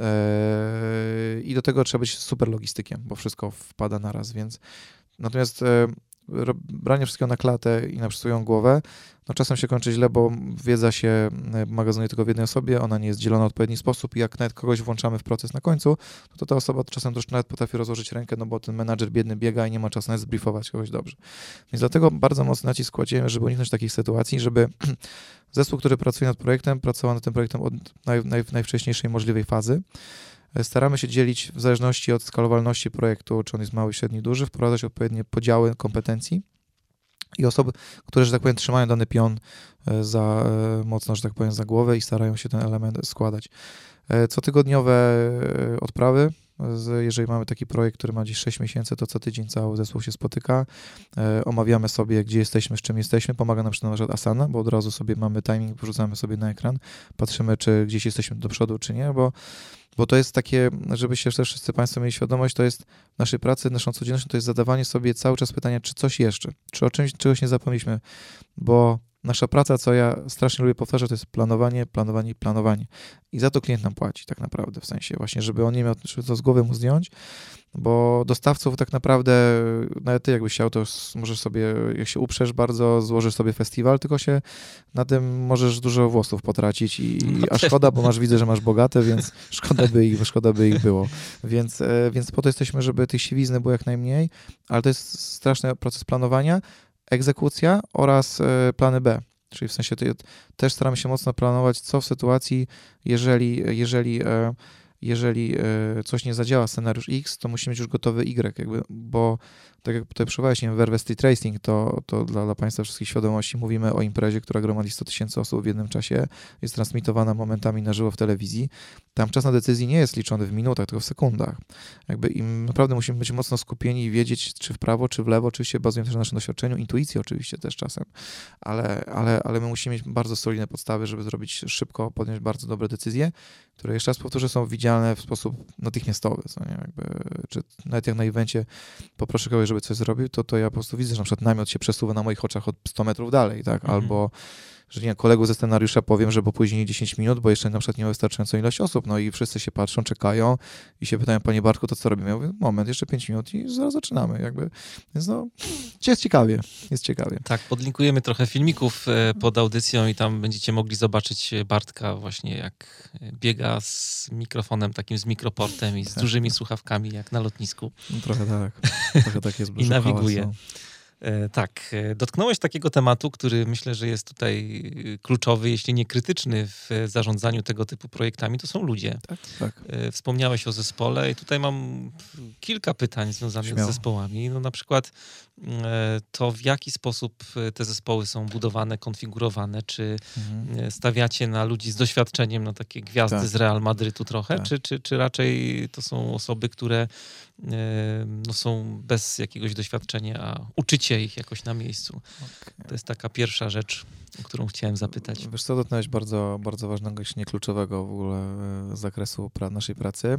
Y, I do tego trzeba być super logistykiem, bo wszystko wpada naraz, więc natomiast y, branie wszystkiego na klatę i na swoją głowę, no czasem się kończy źle, bo wiedza się magazynuje tylko w jednej osobie, ona nie jest dzielona w odpowiedni sposób i jak nawet kogoś włączamy w proces na końcu, to, to ta osoba czasem też nawet potrafi rozłożyć rękę, no bo ten menadżer biedny biega i nie ma czasu nawet zbriefować kogoś dobrze. Więc dlatego bardzo mocny nacisk kładziemy, żeby uniknąć takich sytuacji, żeby zespół, który pracuje nad projektem, pracował nad tym projektem od naj, naj, najwcześniejszej możliwej fazy. Staramy się dzielić w zależności od skalowalności projektu, czy on jest mały, średni, duży, wprowadzać odpowiednie podziały kompetencji i osoby, które, że tak powiem, trzymają dany pion za mocno, że tak powiem, za głowę i starają się ten element składać. Cotygodniowe odprawy, jeżeli mamy taki projekt, który ma gdzieś sześć miesięcy, to co tydzień cały zespół się spotyka, omawiamy sobie, gdzie jesteśmy, z czym jesteśmy, pomaga nam na przykład Asana, bo od razu sobie mamy timing, wrzucamy sobie na ekran, patrzymy, czy gdzieś jesteśmy do przodu, czy nie, bo Bo to jest takie, żebyście też wszyscy Państwo mieli świadomość, to jest w naszej pracy, naszą codziennością, to jest zadawanie sobie cały czas pytania, czy coś jeszcze, czy o czymś, czegoś nie zapomnieliśmy, bo nasza praca, co ja strasznie lubię powtarzać, to jest planowanie, planowanie i planowanie. I za to klient nam płaci tak naprawdę, w sensie właśnie, żeby on nie miał to z głowy mu zdjąć, bo dostawców tak naprawdę, nawet ty jakbyś chciał, to możesz sobie, jak się uprzesz bardzo, złożysz sobie festiwal, tylko się na tym możesz dużo włosów potracić i, a szkoda, bo masz, widzę, że masz bogate, więc szkoda by ich, szkoda by ich było. Więc, więc po to jesteśmy, żeby tych siwizny było jak najmniej, ale to jest straszny proces planowania, egzekucja oraz plany B. Czyli w sensie też staramy się mocno planować, co w sytuacji, jeżeli, jeżeli, jeżeli coś nie zadziała, scenariusz X, to musi mieć już gotowy Y, jakby, bo tak jak tutaj przywołałeś, nie wiem, Verve Street Racing, to, to dla, dla Państwa wszystkich świadomości mówimy o imprezie, która gromadzi sto tysięcy osób w jednym czasie, jest transmitowana momentami na żywo w telewizji. Tam czas na decyzji nie jest liczony w minutach, tylko w sekundach. Jakby im naprawdę musimy być mocno skupieni i wiedzieć, czy w prawo, czy w lewo, oczywiście bazując też na naszym doświadczeniu, intuicji oczywiście też czasem, ale, ale, ale my musimy mieć bardzo solidne podstawy, żeby zrobić szybko, podjąć bardzo dobre decyzje, które jeszcze raz powtórzę, są widzialne w sposób natychmiastowy, co nie? Jakby, czy nawet jak na evencie poproszę kogoś, żeby coś zrobił, to, to ja po prostu widzę, że na przykład namiot się przesuwa na moich oczach od sto metrów dalej, tak, mhm. Albo że nie, kolegu ze scenariusza powiem, że popóźnili dziesięć minut, bo jeszcze na przykład nie ma wystarczającą ilość osób, no i wszyscy się patrzą, czekają i się pytają, panie Bartku, to co robimy? Ja mówię, moment, jeszcze pięć minut i zaraz zaczynamy, jakby, więc no, jest ciekawie, jest ciekawie. Tak, podlinkujemy trochę filmików pod audycją i tam będziecie mogli zobaczyć Bartka właśnie, jak biega z mikrofonem takim z mikroportem i z tak. dużymi słuchawkami, jak na lotnisku. No, trochę tak, trochę tak jest. I nawiguje. Hałas, no. Tak, dotknąłeś takiego tematu, który myślę, że jest tutaj kluczowy, jeśli nie krytyczny w zarządzaniu tego typu projektami, to są ludzie. Tak, tak. Wspomniałeś o zespole i tutaj mam kilka pytań związanych Śmiało. z zespołami. No na przykład to, w jaki sposób te zespoły są budowane, konfigurowane, czy mhm. stawiacie na ludzi z doświadczeniem, na takie gwiazdy tak. z Real Madrytu trochę, tak. czy, czy, czy raczej to są osoby, które no, są bez jakiegoś doświadczenia, a uczycie ich jakoś na miejscu. Okay. To jest taka pierwsza rzecz, o którą chciałem zapytać. Wiesz co, dotknąłeś bardzo, bardzo ważnego, jeśli nie kluczowego w ogóle zakresu pra- naszej pracy.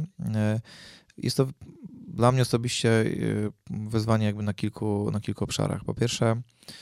Jest to dla mnie osobiście wyzwanie jakby na kilku, na kilku obszarach. Po pierwsze,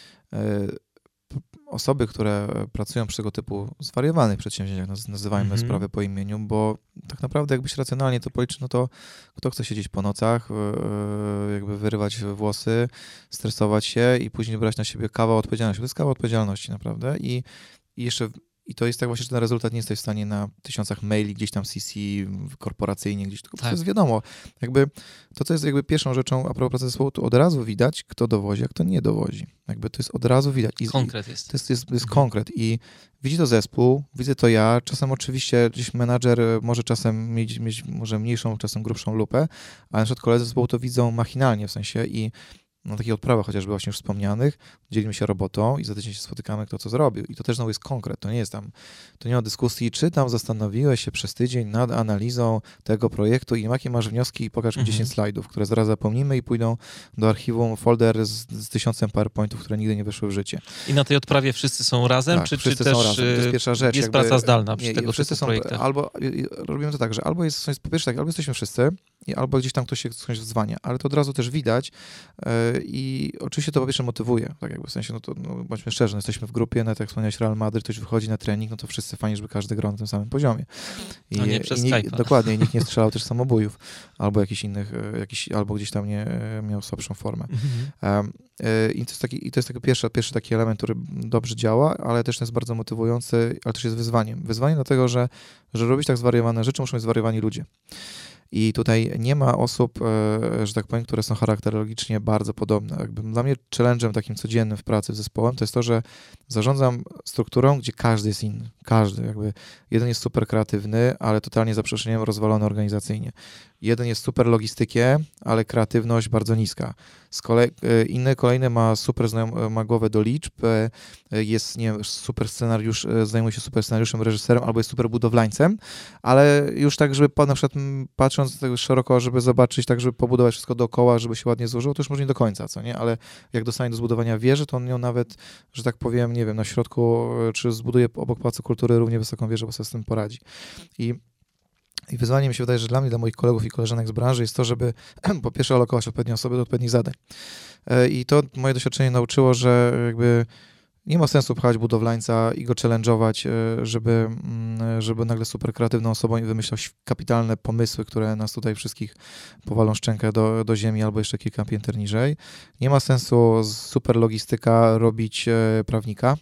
osoby, które pracują przy tego typu zwariowanych przedsięwzięciach, nazywajmy mm-hmm. sprawy po imieniu, bo tak naprawdę jakbyś racjonalnie to policzył, no to kto chce siedzieć po nocach, jakby wyrywać włosy, stresować się i później brać na siebie kawał odpowiedzialności. To jest kawał odpowiedzialności naprawdę i, i jeszcze I to jest tak właśnie, że ten rezultat nie jesteś w stanie na tysiącach maili, gdzieś tam C C, korporacyjnie, gdzieś, tylko tak. to jest wiadomo. Jakby to, co jest jakby pierwszą rzeczą a propos pracy zespołu, to od razu widać, kto dowozi, a kto nie dowozi. Jakby to jest od razu widać. I, konkret jest. To jest, jest, jest mhm. konkret i widzi to zespół, widzę to ja, czasem oczywiście gdzieś menadżer może czasem mieć, mieć może mniejszą, czasem grubszą lupę, ale na przykład koledzy zespołu to widzą machinalnie w sensie i na takich odprawach chociażby właśnie już wspomnianych, dzielimy się robotą i za tydzień się spotykamy, kto co zrobił. I to też znowu jest konkret, to nie jest tam, to nie ma dyskusji, czy tam zastanowiłeś się przez tydzień nad analizą tego projektu i jakie masz wnioski i pokaż mi mhm. dziesięć slajdów, które zaraz zapomnimy i pójdą do archiwum folder z, z tysiącem PowerPointów, które nigdy nie wyszły w życie. I na tej odprawie wszyscy są razem, tak, czy, wszyscy czy są też razem. To jest pierwsza rzecz. Jest jakby, praca zdalna przy nie, tego wszyscy typu są, projektach? Albo robimy to tak, że albo jest, po pierwsze tak, albo jesteśmy wszyscy, i albo gdzieś tam ktoś się skądś wzwania, ale to od razu też widać yy, i oczywiście to po pierwsze motywuje, tak jakby w sensie, no to no, bądźmy szczerzy, no jesteśmy w grupie, nawet jak wspomniałeś Real Madryt, ktoś wychodzi na trening, no to wszyscy fajnie, żeby każdy grał na tym samym poziomie. I, no nie przez i nie, Skype'a. Dokładnie, nikt nie strzelał też samobójów, albo jakichś innych, jakiś, albo gdzieś tam nie miał słabszą formę. Mhm. Um, yy, I to jest taki, i to jest taki pierwszy, pierwszy taki element, który dobrze działa, ale też jest bardzo motywujący, ale też jest wyzwaniem. Wyzwaniem dlatego, że, że robić tak zwariowane rzeczy, muszą być zwariowani ludzie. I tutaj nie ma osób, że tak powiem, które są charakterologicznie bardzo podobne. Jakby dla mnie challenge'em takim codziennym w pracy z zespołem to jest to, że zarządzam strukturą, gdzie każdy jest inny. Każdy. Jakby jeden jest super kreatywny, ale totalnie za przeproszeniem rozwalony organizacyjnie. Jeden jest super logistykiem, ale kreatywność bardzo niska. Z kolei inny kolejny ma super znajom- ma głowę do liczb, jest nie wiem, super scenariusz, zajmuje się super scenariuszem, reżyserem albo jest super budowlańcem, ale już tak, żeby na przykład patrząc tak szeroko, żeby zobaczyć, tak żeby pobudować wszystko dookoła, żeby się ładnie złożyło, to już może nie do końca, co nie? Ale jak dostanie do zbudowania wieży, to on ją nawet, że tak powiem, nie wiem, na środku, czy zbuduje obok Pałacu Kultury równie wysoką wieżę, bo sobie z tym poradzi. I I wyzwanie mi się wydaje, że dla mnie, dla moich kolegów i koleżanek z branży jest to, żeby po pierwsze alokować odpowiednie osoby do odpowiednich zadań. I to moje doświadczenie nauczyło, że jakby Nie ma sensu pchać budowlańca i go challenge'ować, żeby, żeby nagle super kreatywną osobą wymyślał kapitalne pomysły, które nas tutaj wszystkich powalą szczękę do, do ziemi albo jeszcze kilka pięter niżej. Nie ma sensu z super logistyka robić prawnika.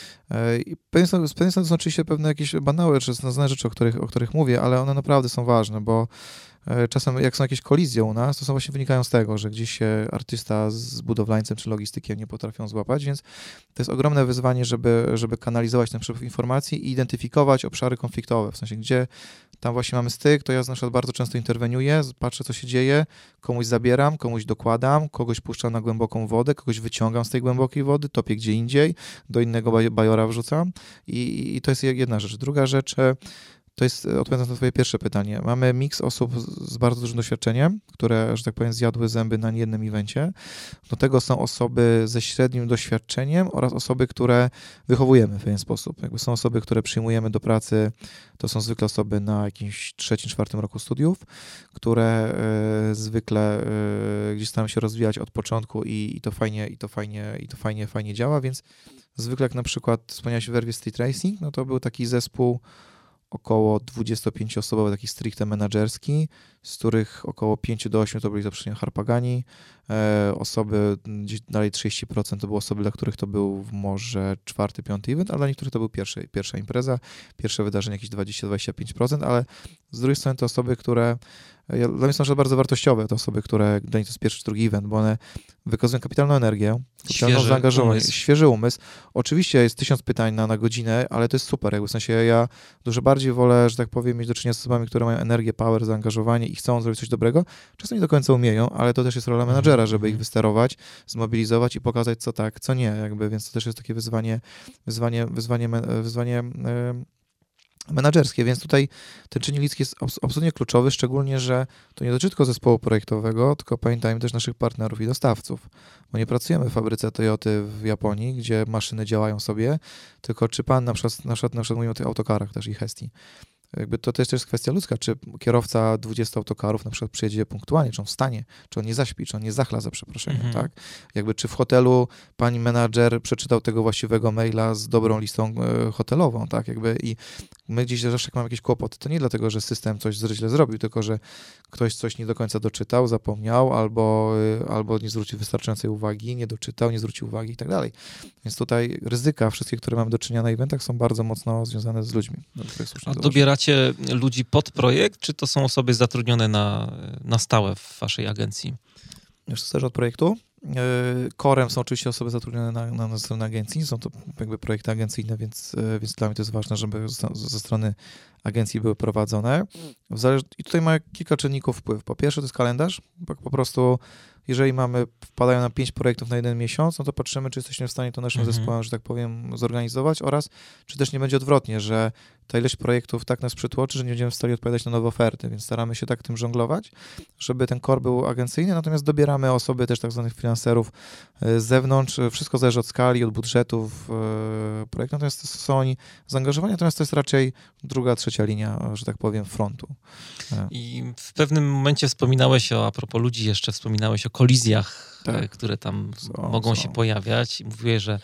I z pewnej strony to są oczywiście pewne jakieś banały czy znane rzeczy, o których, o których mówię, ale one naprawdę są ważne, bo czasem jak są jakieś kolizje u nas, to są właśnie wynikają z tego, że gdzieś się artysta z budowlańcem czy logistykiem nie potrafią złapać, więc to jest ogromne wyzwanie, żeby, żeby kanalizować ten przepływ informacji i identyfikować obszary konfliktowe, w sensie gdzie tam właśnie mamy styk, to ja na przykład bardzo często interweniuję, patrzę co się dzieje, komuś zabieram, komuś dokładam, kogoś puszczam na głęboką wodę, kogoś wyciągam z tej głębokiej wody, topię gdzie indziej, do innego bajora wrzucam i, i to jest jedna rzecz. Druga rzecz, to jest, odpowiadając na twoje pierwsze pytanie, mamy miks osób z bardzo dużym doświadczeniem, które, że tak powiem, zjadły zęby na jednym evencie. Do tego są osoby ze średnim doświadczeniem oraz osoby, które wychowujemy w pewien sposób. Jakby są osoby, które przyjmujemy do pracy, to są zwykle osoby na jakimś trzecim, czwartym roku studiów, które y, zwykle y, gdzieś starają się rozwijać od początku i, i to fajnie, i to fajnie, i to fajnie, fajnie działa, więc zwykle jak na przykład wspomniałeś o Werwie Street Racing, no to był taki zespół około dwudziestopięcioosobowy, taki stricte menadżerski, z których około pięć do ośmiu to byli zaprzeczenia harpagani, e, osoby, gdzieś dalej trzydzieści procent to były osoby, dla których to był może czwarty, piąty event, a dla niektórych to był pierwszy, pierwsza impreza, pierwsze wydarzenie jakieś dwadzieścia do dwudziestu pięciu procent, ale z drugiej strony to osoby, które Ja, dla mnie są bardzo wartościowe te osoby, które dla nich to jest pierwszy czy drugi event, bo one wykazują kapitalną energię, kapitalną zaangażowanie, świeży umysł. Oczywiście jest tysiąc pytań na, na godzinę, ale to jest super. Jakby w sensie ja dużo bardziej wolę, że tak powiem, mieć do czynienia z osobami, które mają energię, power, zaangażowanie i chcą zrobić coś dobrego. Czasem nie do końca umieją, ale to też jest rola menadżera, żeby ich wysterować, zmobilizować i pokazać, co tak, co nie. Jakby, więc to też jest takie wyzwanie, wyzwanie, wyzwanie, wyzwanie yy, menadżerskie, więc tutaj ten czynnik ludzki jest absolutnie kluczowy, szczególnie, że to nie dotyczy tylko zespołu projektowego, tylko pamiętajmy też naszych partnerów i dostawców, bo nie pracujemy w fabryce Toyoty w Japonii, gdzie maszyny działają sobie, tylko czy pan na przykład, na przykład, na przykład mówimy o tych autokarach też i Hesti, jakby to też jest kwestia ludzka, czy kierowca dwudziestu autokarów na przykład przyjedzie punktualnie, czy on wstanie, czy on nie zaśpi, czy on nie zachla za przeproszeniem, mm-hmm. tak? Jakby czy w hotelu pani menadżer przeczytał tego właściwego maila z dobrą listą e, hotelową, tak? Jakby i my gdzieś zawsze jak mamy jakieś kłopoty, to nie dlatego, że system coś źle zrobił, tylko że ktoś coś nie do końca doczytał, zapomniał, albo, y, albo nie zwrócił wystarczającej uwagi, nie doczytał, nie zwrócił uwagi i tak dalej. Więc tutaj ryzyka wszystkie, które mamy do czynienia na eventach, są bardzo mocno związane z ludźmi. A dobieracie ludzi pod projekt, czy to są osoby zatrudnione na, na stałe w waszej agencji? Już to zależy od projektu. Korem są oczywiście osoby zatrudnione na, na, na stronie agencji, są to jakby projekty agencyjne, więc, więc dla mnie to jest ważne, żeby ze strony agencji były prowadzone. I tutaj ma kilka czynników wpływ. Po pierwsze to jest kalendarz, po prostu jeżeli mamy, wpadają na pięć projektów na jeden miesiąc, no to patrzymy, czy jesteśmy w stanie to naszym mhm. zespołem, że tak powiem, zorganizować oraz czy też nie będzie odwrotnie, że ta ilość projektów tak nas przytłoczy, że nie będziemy w stanie odpowiadać na nowe oferty, więc staramy się tak tym żonglować, żeby ten core był agencyjny, natomiast dobieramy osoby też tak zwanych freelancerów z zewnątrz. Wszystko zależy od skali, od budżetów projektu, natomiast są oni zaangażowani, natomiast to jest raczej druga, trzecia linia, że tak powiem, frontu. I w pewnym momencie wspominałeś o, a propos ludzi jeszcze, wspominałeś o kolizjach, tak. które tam są, mogą są. się pojawiać i mówiłeś, że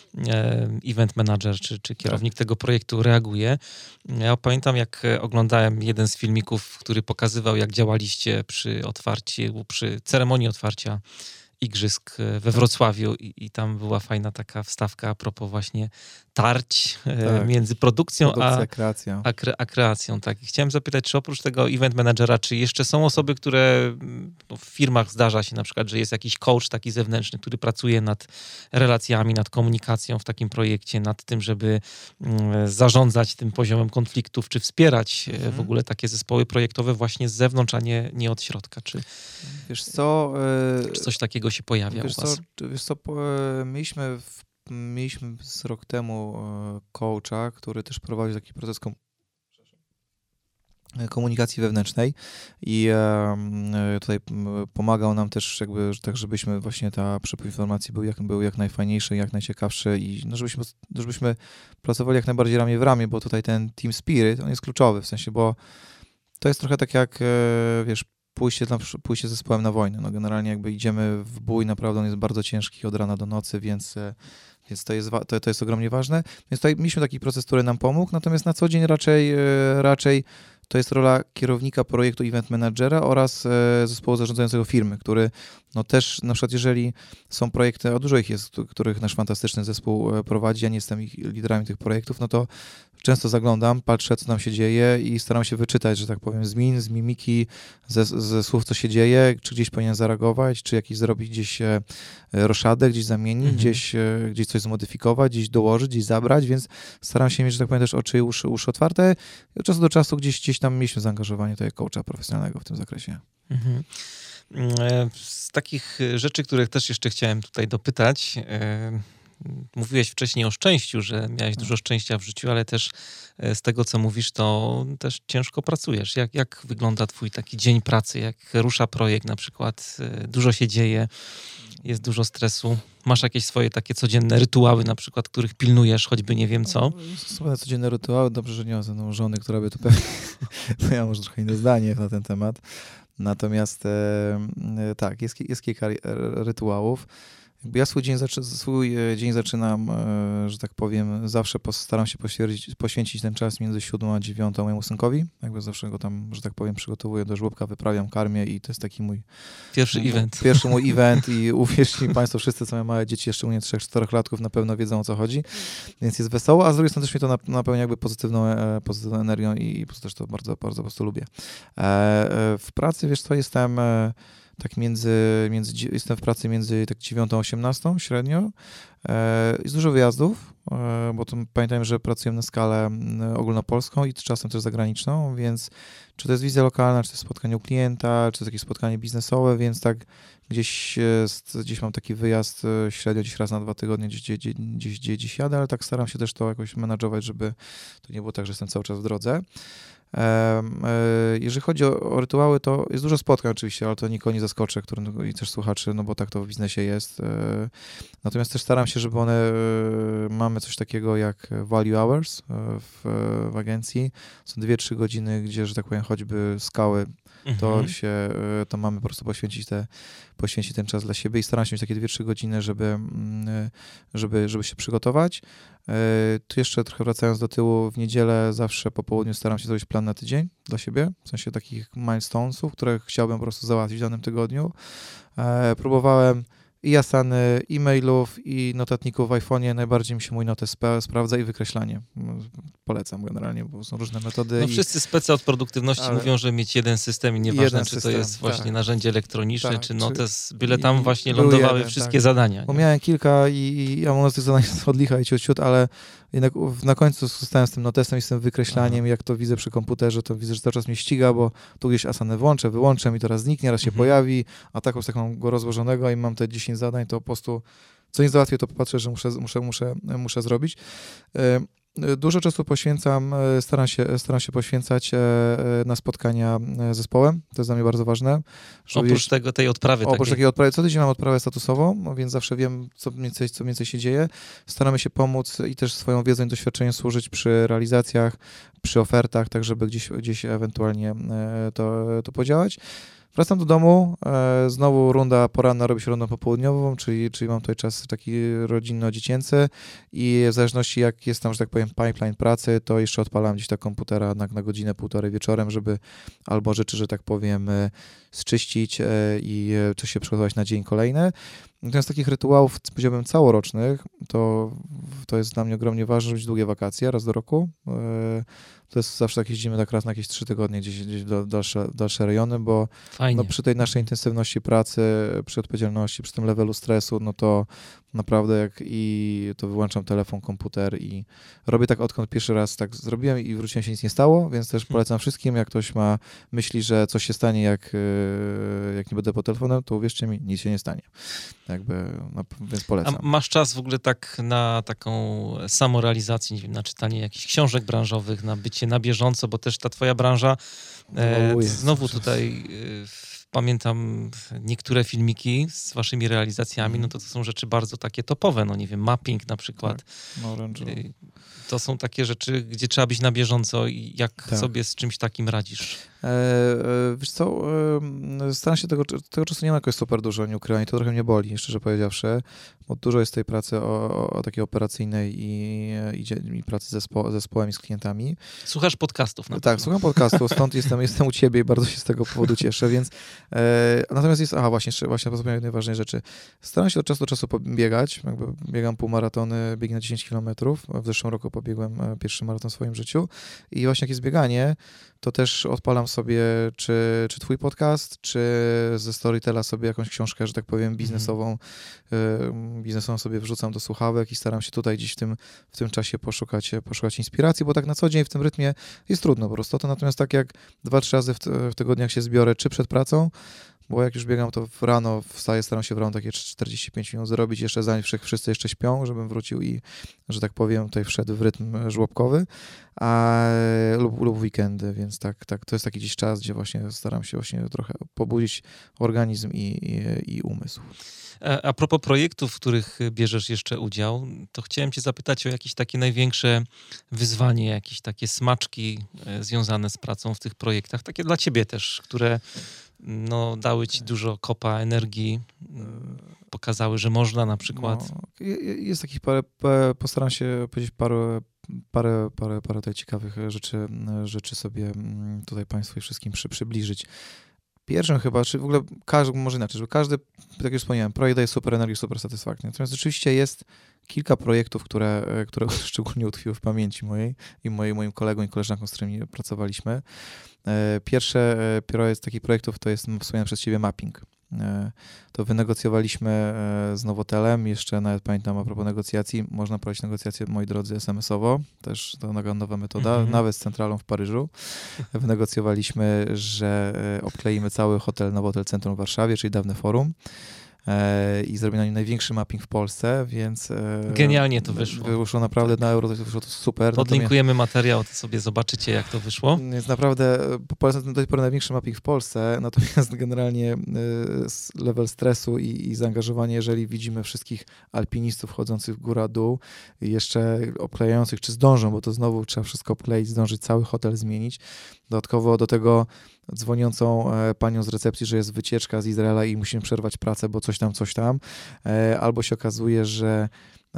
event manager czy, czy kierownik tak. tego projektu reaguje. Ja pamiętam, jak oglądałem jeden z filmików, który pokazywał, jak działaliście przy otwarciu, przy ceremonii otwarcia igrzysk we Wrocławiu i, i tam była fajna taka wstawka a propos właśnie tarć tak. między produkcją Produkcja, a, kreacją. A, kre, a kreacją. Tak. I chciałem zapytać, czy oprócz tego event managera, czy jeszcze są osoby, które no, w firmach zdarza się na przykład, że jest jakiś coach taki zewnętrzny, który pracuje nad relacjami, nad komunikacją w takim projekcie, nad tym, żeby mm, zarządzać tym poziomem konfliktów, czy wspierać mhm. w ogóle takie zespoły projektowe właśnie z zewnątrz, a nie, nie od środka. Czy, wiesz co, yy... czy coś takiego się pojawia wiesz u was? Co, wiesz co, mieliśmy w Mieliśmy z rok temu coacha, który też prowadził taki proces kom- komunikacji wewnętrznej i tutaj pomagał nam też jakby tak, żebyśmy właśnie ta przepływ informacji był jak, był jak najfajniejszy, jak najciekawszy i no żebyśmy, żebyśmy pracowali jak najbardziej ramię w ramię, bo tutaj ten team spirit, on jest kluczowy, w sensie, bo to jest trochę tak jak, wiesz, pójście, tam, pójście z zespołem na wojnę. No generalnie jakby idziemy w bój, naprawdę on jest bardzo ciężki od rana do nocy, więc Więc to jest, to, to jest ogromnie ważne. Więc tutaj mieliśmy taki proces, który nam pomógł, natomiast na co dzień raczej, raczej to jest rola kierownika projektu event managera oraz zespołu zarządzającego firmy, który no też, na przykład jeżeli są projekty, a dużo ich jest, których nasz fantastyczny zespół prowadzi, ja nie jestem ich liderami tych projektów, no to często zaglądam, patrzę, co tam się dzieje i staram się wyczytać, że tak powiem, z min, z mimiki, ze, ze słów, co się dzieje, czy gdzieś powinien zareagować, czy jakiś zrobić gdzieś roszadę, gdzieś zamienić, mhm. gdzieś, gdzieś coś zmodyfikować, gdzieś dołożyć, gdzieś zabrać, więc staram się mieć, że tak powiem, też oczy i uszy, uszy otwarte. I od czasu do czasu gdzieś, gdzieś tam mieliśmy zaangażowanie tutaj coacha profesjonalnego w tym zakresie. Mhm. Z takich rzeczy, których też jeszcze chciałem tutaj dopytać, mówiłeś wcześniej o szczęściu, że miałeś dużo szczęścia w życiu, ale też z tego, co mówisz, to też ciężko pracujesz. Jak, jak wygląda twój taki dzień pracy? Jak rusza projekt na przykład? Dużo się dzieje, jest dużo stresu. Masz jakieś swoje takie codzienne rytuały na przykład, których pilnujesz, choćby nie wiem co? Są codzienne rytuały. Dobrze, że nie ma ze mną żony, która by tu pewnie miała może trochę inne zdanie na ten temat. Natomiast e, tak, jest, jest kilka rytuałów. Ja swój dzień, zaczy, swój dzień zaczynam, że tak powiem, zawsze staram się poświęcić ten czas między siódmą a dziewiątą mojemu synkowi. Jakby zawsze go tam, że tak powiem, przygotowuję do żłobka, wyprawiam, karmię i to jest taki mój... Pierwszy mój, event. Pierwszy mój event i uwierzcie mi państwo, wszyscy, co mają małe dzieci, jeszcze u mnie trzech czterech latków, na pewno wiedzą, o co chodzi, więc jest wesoło, a z drugiej strony też mnie to napełnia jakby pozytywną, pozytywną energią i też to bardzo, bardzo po prostu lubię. W pracy, wiesz co, jestem... tak między, między, jestem w pracy między tak dziewiątą a osiemnastą średnio. E, jest dużo wyjazdów, e, bo to pamiętajmy, że pracujemy na skalę ogólnopolską i czasem też zagraniczną, więc czy to jest wizja lokalna, czy to jest spotkanie u klienta, czy to jest jakieś spotkanie biznesowe, więc tak gdzieś, jest, gdzieś mam taki wyjazd średnio gdzieś raz na dwa tygodnie, gdzieś, gdzieś, gdzieś, gdzieś, gdzieś jadę, ale tak staram się też to jakoś menadżować, żeby to nie było tak, że jestem cały czas w drodze. Jeżeli chodzi o, o rytuały, to jest dużo spotkań oczywiście, ale to nikogo nie zaskoczę, który, i też słuchaczy, no bo tak to w biznesie jest. Natomiast też staram się, żeby one, mamy coś takiego jak value hours w, w agencji. Są dwie, trzy godziny, gdzie, że tak powiem, choćby skały, to mhm. się, to mamy po prostu poświęcić, te, poświęcić ten czas dla siebie i staram się mieć takie dwie, trzy godziny, żeby, żeby, żeby się przygotować. Tu jeszcze trochę wracając do tyłu, w niedzielę zawsze po południu staram się zrobić plan na tydzień dla siebie, w sensie takich milestonesów, które chciałbym po prostu załatwić w danym tygodniu. Próbowałem i Asany, i mailów, i notatników w iPhone'ie. Najbardziej mi się mój notes spa- sprawdza i wykreślanie. Polecam generalnie, bo są różne metody. No i... wszyscy specy od produktywności ale... mówią, że mieć jeden system i nieważne, czy system, to jest właśnie tak. narzędzie elektroniczne, tak, czy notes, czy... byle tam właśnie lądowały jeden, wszystkie tak. zadania. Bo miałem kilka i, i ja mam tych zadań od licha i ciut, ciut, ale jednak na końcu zostałem z tym notesem i z tym wykreślaniem. Aha. Jak to widzę przy komputerze, to widzę, że cały czas mnie ściga, bo tu gdzieś Asanę włączę, wyłączę i to raz zniknie, raz się mhm. pojawi, a tak już tak mam go rozłożonego i mam te dziesięć zadań, to po prostu co nie załatwię, to popatrzę, że muszę, muszę, muszę, muszę zrobić. Dużo czasu poświęcam, staram się, staram się poświęcać na spotkania z zespołem. To jest dla mnie bardzo ważne. Oprócz jeść, tego, tej odprawy. Oprócz takiej. takiej odprawy. Co tydzień mam odprawę statusową, więc zawsze wiem, co mniej więcej, co mniej więcej się dzieje. Staramy się pomóc i też swoją wiedzą i doświadczeniem służyć przy realizacjach, przy ofertach, tak żeby gdzieś, gdzieś ewentualnie to, to podziałać. Wracam do domu, e, znowu runda poranna robi się rundą popołudniową, czyli, czyli mam tutaj czas taki rodzinno-dziecięcy i w zależności jak jest tam, że tak powiem, pipeline pracy, to jeszcze odpalam gdzieś tak komputera na, na godzinę, półtorej wieczorem, żeby albo rzeczy, że tak powiem, e, zczyścić e, i e, czy się przygotować na dzień kolejny. Natomiast takich rytuałów, powiedziałbym, całorocznych, to, to jest dla mnie ogromnie ważne, żeby mieć długie wakacje raz do roku. E, To jest zawsze tak jeździmy tak raz na jakieś trzy tygodnie gdzieś, gdzieś do dalsze, dalsze rejony, bo no, przy tej naszej intensywności pracy, przy odpowiedzialności, przy tym levelu stresu, no to naprawdę jak i to wyłączam telefon, komputer i robię tak odkąd pierwszy raz tak zrobiłem i wróciłem, się nic nie stało, więc też polecam wszystkim, jak ktoś ma myśli, że coś się stanie, jak, jak nie będę po telefonem, to uwierzcie mi, nic się nie stanie. Jakby, no, więc polecam. A masz czas w ogóle tak na taką samorealizację, nie wiem, na czytanie jakichś książek branżowych, na bycie na bieżąco, bo też ta twoja branża e, znowu tutaj e, pamiętam niektóre filmiki z waszymi realizacjami, no to to są rzeczy bardzo takie topowe, no nie wiem, mapping na przykład. Tak, no, Orange'u. To są takie rzeczy, gdzie trzeba być na bieżąco i jak tak. sobie z czymś takim radzisz? E, e, wiesz co, e, staram się tego, tego czasu nie ma jakoś super dużo, nie ukrywam, i to trochę mnie boli, szczerze powiedziawszy, bo dużo jest tej pracy o, o takiej operacyjnej i, i, i pracy z zespo, zespołem i z klientami. Słuchasz podcastów na Tak, pewno. Słucham podcastu, stąd jestem, jestem u ciebie i bardzo się z tego powodu cieszę, więc e, natomiast jest, aha właśnie, jeszcze, właśnie zapomniałem jednej ważnej rzeczy. Staram się od czasu do czasu pobiegać, jakby biegam półmaratony, biegam na dziesięć kilometrów, w zeszłym roku pobiegłem pierwszy maraton w swoim życiu i właśnie jak jest bieganie, to też odpalam sobie czy, czy twój podcast, czy ze Storytela sobie jakąś książkę, że tak powiem, biznesową, mm. y, biznesową sobie wrzucam do słuchawek i staram się tutaj gdzieś w tym, w tym czasie poszukać, poszukać inspiracji, bo tak na co dzień w tym rytmie jest trudno po prostu. To natomiast tak jak dwa, trzy razy w, w tygodniach się zbiorę, czy przed pracą, bo jak już biegam, to w rano wstaję, staram się w rano takie czterdzieści pięć minut zrobić, jeszcze zanim wszyscy jeszcze śpią, żebym wrócił i, że tak powiem, tutaj wszedł w rytm żłobkowy, a, lub, lub weekendy, więc tak, tak, to jest taki gdzieś czas, gdzie właśnie staram się właśnie trochę pobudzić organizm i, i, i umysł. A, a propos projektów, w których bierzesz jeszcze udział, to chciałem cię zapytać o jakieś takie największe wyzwanie, jakieś takie smaczki związane z pracą w tych projektach, takie dla ciebie też, które no, dały ci dużo kopa energii, pokazały, że można na przykład. No, jest takich parę, postaram się powiedzieć parę, parę, parę, parę tutaj ciekawych rzeczy, rzeczy sobie tutaj Państwu i wszystkim przy, przybliżyć. Pierwszym chyba, czy w ogóle każdy, może inaczej, żeby każdy, tak jak już wspomniałem, projekt daje super energię, super satysfakcję. Natomiast oczywiście jest kilka projektów, które, które szczególnie utkwiły w pamięci mojej i mojej, moim kolegom i koleżankom, z którymi pracowaliśmy. Pierwsze projekt takich projektów to jest wspomniany przez ciebie mapping. To wynegocjowaliśmy z Nowotelem, jeszcze nawet pamiętam a propos negocjacji, można prowadzić negocjacje, moi drodzy, es em esowo, też to nowa metoda, mm-hmm. nawet z centralą w Paryżu. Wynegocjowaliśmy, że obkleimy cały hotel Nowotel Centrum w Warszawie, czyli dawne forum. I zrobili na nim największy mapping w Polsce, więc... Genialnie to wyszło. Wyszło naprawdę tak. Na euro, to wyszło to super. Podlinkujemy materiał, to sobie zobaczycie, jak to wyszło. Więc naprawdę polecam do tej pory największy mapping w Polsce, natomiast generalnie level stresu i, i zaangażowanie, jeżeli widzimy wszystkich alpinistów chodzących góra-dół, jeszcze obklejających, czy zdążą, bo to znowu trzeba wszystko obkleić, zdążyć cały hotel zmienić. Dodatkowo do tego dzwoniącą panią z recepcji, że jest wycieczka z Izraela i musimy przerwać pracę, bo coś tam, coś tam. Albo się okazuje, że,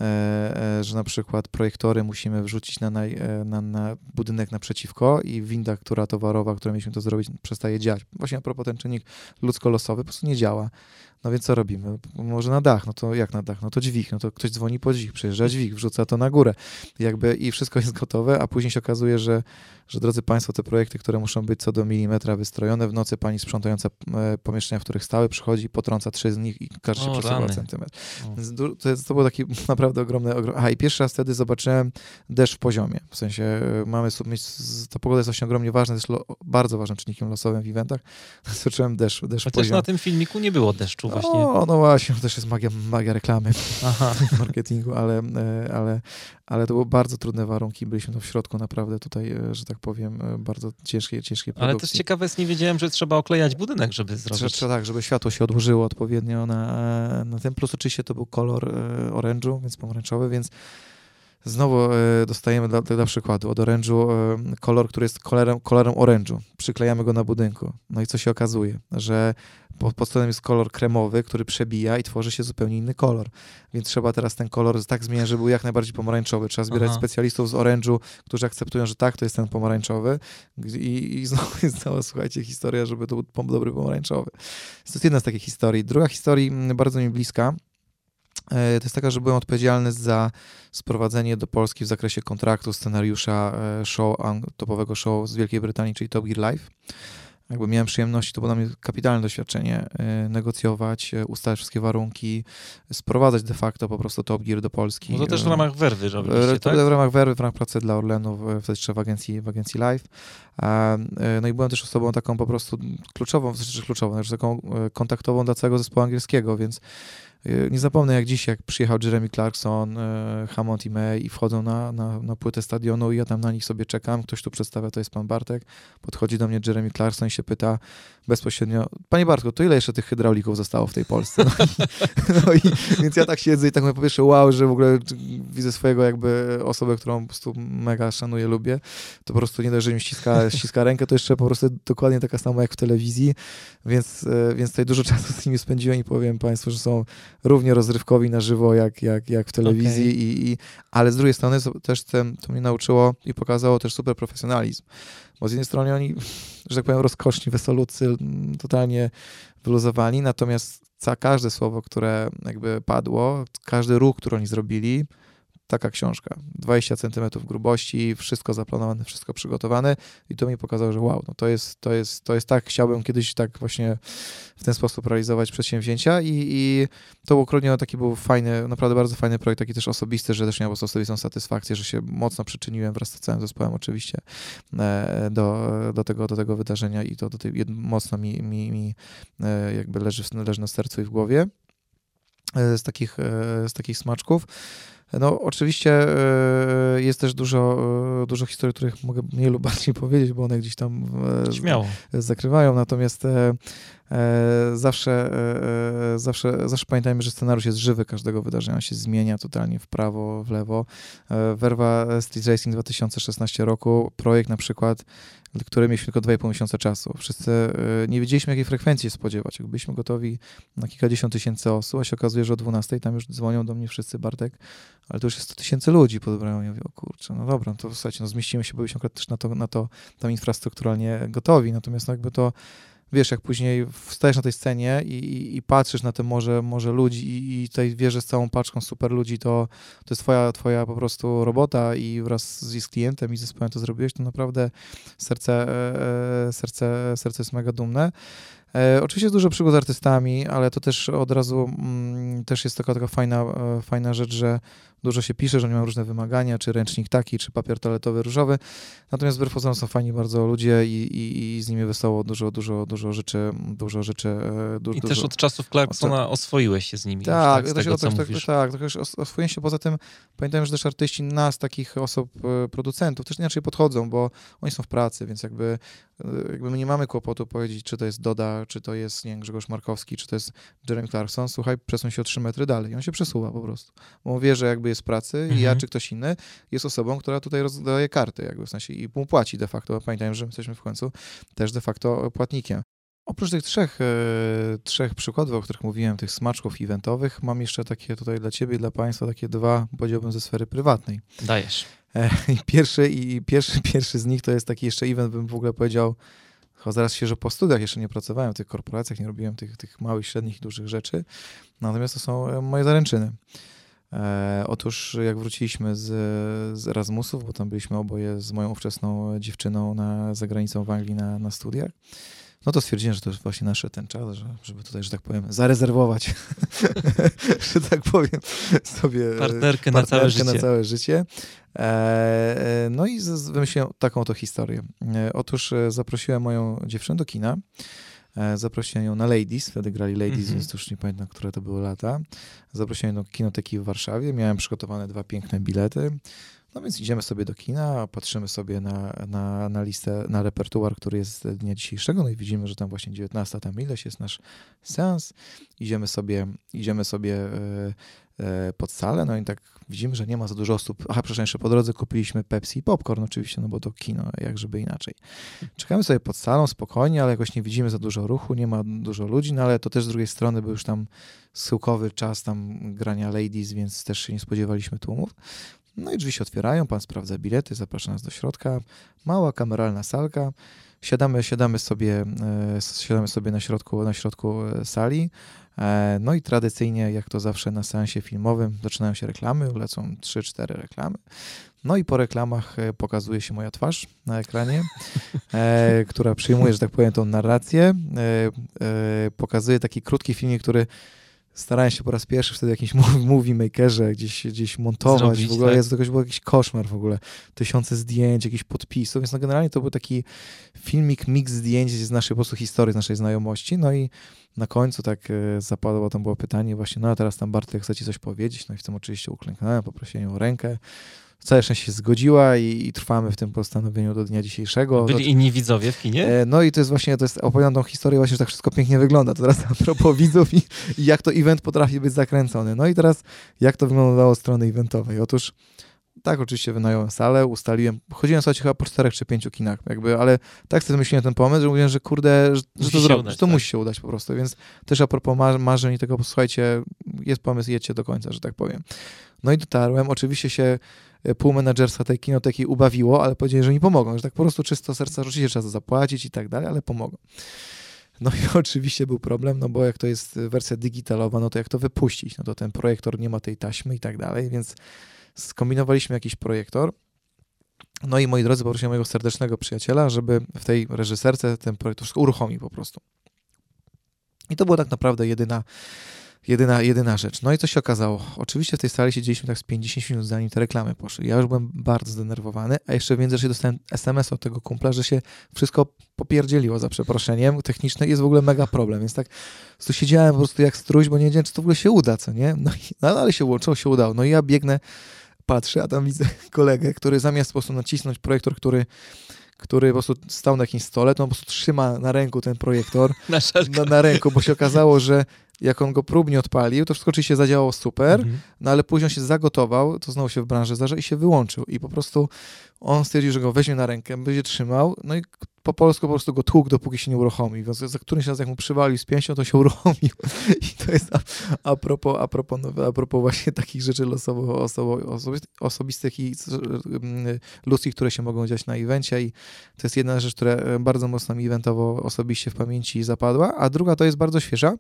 że na przykład projektory musimy wrzucić na, na, na budynek naprzeciwko i winda, która towarowa, która mieliśmy to zrobić, przestaje działać. Właśnie a propos ten czynnik ludzko-losowy po prostu nie działa. No więc co robimy? Może na dach, no to jak na dach? No to dźwig, no to ktoś dzwoni po dźwig, przyjeżdża dźwig, wrzuca to na górę. Jakby i wszystko jest gotowe, a później się okazuje, że, że drodzy Państwo, te projekty, które muszą być co do milimetra wystrojone, w nocy pani sprzątająca pomieszczenia, w których stały, przychodzi i potrąca trzy z nich i każdy się przesuwa centymetr. Więc to, to było takie naprawdę ogromne, ogromne... Aha, i pierwszy raz wtedy zobaczyłem deszcz w poziomie. W sensie mamy mieć, ta pogoda jest właśnie ogromnie ważna, jest lo, bardzo ważnym czynnikiem losowym w eventach. Zobaczyłem deszcz, deszcz w poziomie. Chociaż na tym filmiku nie było deszczu właśnie. O, no właśnie, to też jest magia, magia reklamy, aha, marketingu, ale, ale, ale to były bardzo trudne warunki. Byliśmy tam w środku naprawdę tutaj, że tak powiem, bardzo ciężkiej, ciężkiej produkcji. Ale też ciekawe jest, nie wiedziałem, że trzeba oklejać budynek, żeby zrobić. Trzeba, tak, żeby światło się odłożyło odpowiednio na, na ten. Plus oczywiście to był kolor orężu, więc pomarańczowy, więc znowu e, dostajemy dla, dla przykładu od orężu e, kolor, który jest kolorem, kolorem orężu. Przyklejamy go na budynku. No i co się okazuje? Że pod, pod spodem jest kolor kremowy, który przebija i tworzy się zupełnie inny kolor. Więc trzeba teraz ten kolor tak zmieniać, żeby był jak najbardziej pomarańczowy. Trzeba zbierać Aha. specjalistów z orężu, którzy akceptują, że tak, to jest ten pomarańczowy. I, i znowu jest cała, słuchajcie, historia, żeby to był dobry pomarańczowy. To jest jedna z takich historii. Druga historia, bardzo mi bliska, to jest taka, że byłem odpowiedzialny za sprowadzenie do Polski w zakresie kontraktu scenariusza show, topowego show z Wielkiej Brytanii, czyli Top Gear Live. Jakby miałem przyjemność, to było dla mnie kapitalne doświadczenie, negocjować, ustalać wszystkie warunki, sprowadzać de facto po prostu Top Gear do Polski. No to też w ramach Werwy robiliście, tak? W ramach Werwy, w ramach pracy dla Orlenu, wtedy jeszcze w agencji, w agencji Live. No i byłem też osobą taką po prostu kluczową, w zasadzie kluczową, znaczy taką kontaktową dla całego zespołu angielskiego, więc Nie zapomnę jak dziś, jak przyjechał Jeremy Clarkson, Hammond i May i wchodzą na, na, na płytę stadionu i ja tam na nich sobie czekam, ktoś tu przedstawia, to jest pan Bartek, podchodzi do mnie Jeremy Clarkson i się pyta bezpośrednio, panie Bartku, to ile jeszcze tych hydraulików zostało w tej Polsce? No i, no i więc ja tak siedzę i tak mówię, po pierwsze wow, że w ogóle widzę swojego jakby osobę, którą po prostu mega szanuję, lubię, to po prostu nie dość, że mi ściska, ściska rękę, to jeszcze po prostu dokładnie taka sama jak w telewizji, więc, więc tutaj dużo czasu z nimi spędziłem i powiem państwu, że są równie rozrywkowi na żywo, jak, jak, jak w telewizji, okay. i, i, ale z drugiej strony też ten, to mnie nauczyło i pokazało też super profesjonalizm, bo z jednej strony oni, że tak powiem, rozkoszni, wesolucy, totalnie wyluzowani, natomiast za każde słowo, które jakby padło, każdy ruch, który oni zrobili, taka książka, dwadzieścia centymetrów grubości, wszystko zaplanowane, wszystko przygotowane i to mi pokazało, że wow, no to jest, to jest, to jest tak, chciałbym kiedyś tak właśnie w ten sposób realizować przedsięwzięcia i, i to był Kronio, taki był fajny, naprawdę bardzo fajny projekt, taki też osobisty, że też miałem osobistą satysfakcję, że się mocno przyczyniłem wraz z całym zespołem oczywiście do, do, tego, do tego wydarzenia i to do tej, mocno mi, mi, mi jakby leży, leży na sercu i w głowie z takich, z takich smaczków. No oczywiście jest też dużo, dużo historii, których mogę mniej lub bardziej powiedzieć, bo one gdzieś tam Śmiało. zakrywają, natomiast zawsze, zawsze, zawsze pamiętajmy, że scenariusz jest żywy każdego wydarzenia, się zmienia totalnie w prawo, w lewo. Werwa Street Racing dwa tysiące szesnastego roku, projekt na przykład, który mieliśmy tylko dwa i pół miesiąca czasu. Wszyscy nie wiedzieliśmy, jakiej frekwencji się spodziewać. Jak byliśmy gotowi na kilkadziesiąt tysięcy osób, a się okazuje, że o dwunastej tam już dzwonią do mnie wszyscy, Bartek, ale to już jest sto tysięcy ludzi podebrają. Ja mówię, o kurczę, no dobra, to słuchajcie, no zmieścimy się, byliśmy akurat też na to, na to tam infrastrukturalnie gotowi, natomiast no jakby to wiesz, jak później wstajesz na tej scenie i, i, i patrzysz na te morze, morze ludzi i, i tutaj wjeżdżasz z całą paczką super ludzi, to, to jest twoja, twoja po prostu robota i wraz z, z klientem i z zespołem to zrobiłeś, to naprawdę serce, e, serce, serce jest mega dumne. E, oczywiście jest dużo przygód z artystami, ale to też od razu mm, też jest taka, taka fajna, e, fajna rzecz, że dużo się pisze, że oni mają różne wymagania, czy ręcznik taki, czy papier toaletowy różowy. Natomiast wbrew pozorom są fajni bardzo ludzie i, i, i z nimi wesoło dużo, dużo, dużo rzeczy, dużo rzeczy. Du, I dużo, też od czasów Clarksona oswoiłeś się z nimi. Tak, już, tak, tak, z tego, tak, co tak, mówisz. tak, tak, oswoiłem się. Poza tym pamiętajmy, że też artyści nas, takich osób, producentów, też inaczej podchodzą, bo oni są w pracy, więc jakby, jakby my nie mamy kłopotu powiedzieć, czy to jest Doda, czy to jest, nie wiem, Grzegorz Markowski, czy to jest Jeremy Clarkson. Słuchaj, przesuń się o trzy metry dalej. I on się przesuwa po prostu. Bo on wie, że jakby jest w pracy mhm. i ja, czy ktoś inny jest osobą, która tutaj rozdaje karty, jakby w sensie i mu płaci de facto. Pamiętajmy, że my jesteśmy w końcu też de facto płatnikiem. Oprócz tych trzech, e, trzech przykładów, o których mówiłem, tych smaczków eventowych, mam jeszcze takie tutaj dla ciebie i dla państwa takie dwa, powiedziałbym, ze sfery prywatnej. Dajesz. E, i pierwszy, i pierwszy, pierwszy z nich to jest taki jeszcze event, bym w ogóle powiedział, choć zaraz świeżo po studiach, jeszcze nie pracowałem w tych korporacjach, nie robiłem tych, tych małych, średnich i dużych rzeczy, natomiast to są moje zaręczyny. E, otóż jak wróciliśmy z, z Erasmusów, bo tam byliśmy oboje z moją ówczesną dziewczyną na, za granicą w Anglii na, na studiach, no to stwierdziłem, że to jest właśnie nasz ten czas, że, żeby tutaj, że tak powiem, zarezerwować, że tak powiem, sobie partnerkę, partnerkę na całe życie. Na całe życie. E, no i z, wymyśliłem taką oto historię. E, otóż zaprosiłem moją dziewczynę do kina, e, zaprosiłem ją na Ladies, wtedy grali Ladies, mm-hmm. więc już nie pamiętam, które to były lata. Zaprosiłem ją do kinoteki w Warszawie, miałem przygotowane dwa piękne bilety. No więc idziemy sobie do kina, patrzymy sobie na, na, na listę, na repertuar, który jest dnia dzisiejszego, no i widzimy, że tam właśnie dziewiętnasta tam ileś jest nasz seans. Idziemy sobie, idziemy sobie e, e, pod salę, no i tak widzimy, że nie ma za dużo osób. Aha, przepraszam, jeszcze po drodze kupiliśmy Pepsi i popcorn oczywiście, no bo to kino, jak żeby inaczej. Czekamy sobie pod salą spokojnie, ale jakoś nie widzimy za dużo ruchu, nie ma dużo ludzi, no ale to też z drugiej strony był już tam schyłkowy czas tam grania Ladies, więc też się nie spodziewaliśmy tłumów. No i drzwi się otwierają, pan sprawdza bilety, zaprasza nas do środka, mała kameralna salka, siadamy, siadamy, sobie, e, siadamy sobie na środku, na środku sali, e, no i tradycyjnie, jak to zawsze na seansie filmowym, zaczynają się reklamy, lecą trzy cztery reklamy, no i po reklamach pokazuje się moja twarz na ekranie, e, która przyjmuje, że tak powiem, tą narrację, e, e, pokazuje taki krótki filmik, który starałem się po raz pierwszy wtedy w jakimś movie makerze gdzieś, gdzieś montować. Zrobić, w ogóle tak? jest, to był jakiś koszmar w ogóle. Tysiące zdjęć, jakichś podpisów, więc no generalnie to był taki filmik, mix zdjęć z naszej po prostu historii, z naszej znajomości. No i na końcu tak e, zapadło, tam było pytanie właśnie, no a teraz tam Bartek chce ci coś powiedzieć, no i w tym oczywiście uklęknąłem, poprosiłem o rękę. Całe szczęście się zgodziła i, i trwamy w tym postanowieniu do dnia dzisiejszego. Byli Znaczy, inni widzowie w kinie? e, no i to jest właśnie, to jest, opowiadam tą historię właśnie, że tak wszystko pięknie wygląda. To teraz a propos widzów i, i jak to event potrafi być zakręcony. No i teraz jak to wyglądało od strony eventowej? Otóż tak, oczywiście wynająłem salę, ustaliłem, chodziłem słuchajcie chyba po czterech czy pięciu kinach, jakby, ale tak sobie myślałem ten pomysł, że mówiłem, że kurde, że, że to zrobić, że to tak. musi się udać po prostu, więc też a propos mar- marzeń i tego, posłuchajcie, jest pomysł, jedźcie do końca, że tak powiem. No i dotarłem, oczywiście się pół menadżerstwa tej kinoteki ubawiło, ale powiedzieli, że mi pomogą, że tak po prostu czysto serca, oczywiście trzeba zapłacić i tak dalej, ale pomogą. No i oczywiście był problem, no bo jak to jest wersja digitalowa, no to jak to wypuścić, no to ten projektor nie ma tej taśmy i tak dalej, więc skombinowaliśmy jakiś projektor. No i moi drodzy, poprosiłem mojego serdecznego przyjaciela, żeby w tej reżyserce ten projektor wszystko uruchomił po prostu. I to była tak naprawdę jedyna, jedyna, jedyna rzecz. No i co się okazało? Oczywiście w tej sali siedzieliśmy tak z pięćdziesiąt minut, zanim te reklamy poszły. Ja już byłem bardzo zdenerwowany, a jeszcze w międzyczasie dostałem es em es od tego kumpla, że się wszystko popierdzieliło, za przeproszeniem, techniczne i jest w ogóle mega problem. Więc tak po prostu siedziałem po prostu jak struś, bo nie wiedziałem, czy to w ogóle się uda, co nie? No, i, no ale się łączyło, się udało. No i ja biegnę, patrzę, a tam widzę kolegę, który zamiast po prostu nacisnąć projektor, który który po prostu stał na jakimś stole, to on po prostu trzyma na ręku ten projektor, na, na, na ręku, bo się okazało, że jak on go próbnie odpalił, to wszystko oczywiście zadziałało super, mhm. no ale później on się zagotował, to znowu się w branży zdarza i się wyłączył i po prostu on stwierdził, że go weźmie na rękę, będzie trzymał, no i po polsku po prostu go tłukł, dopóki się nie uruchomi. Więc za którymś razem jak mu przywalił z pięścią, to się uruchomił. I to jest a, a, propos, a, propos, a propos właśnie takich rzeczy losowo, osobo, osobistych i ludzkich, które się mogą dziać na evencie i to jest jedna rzecz, która bardzo mocno mi eventowo osobiście w pamięci zapadła, a druga to jest bardzo świeża,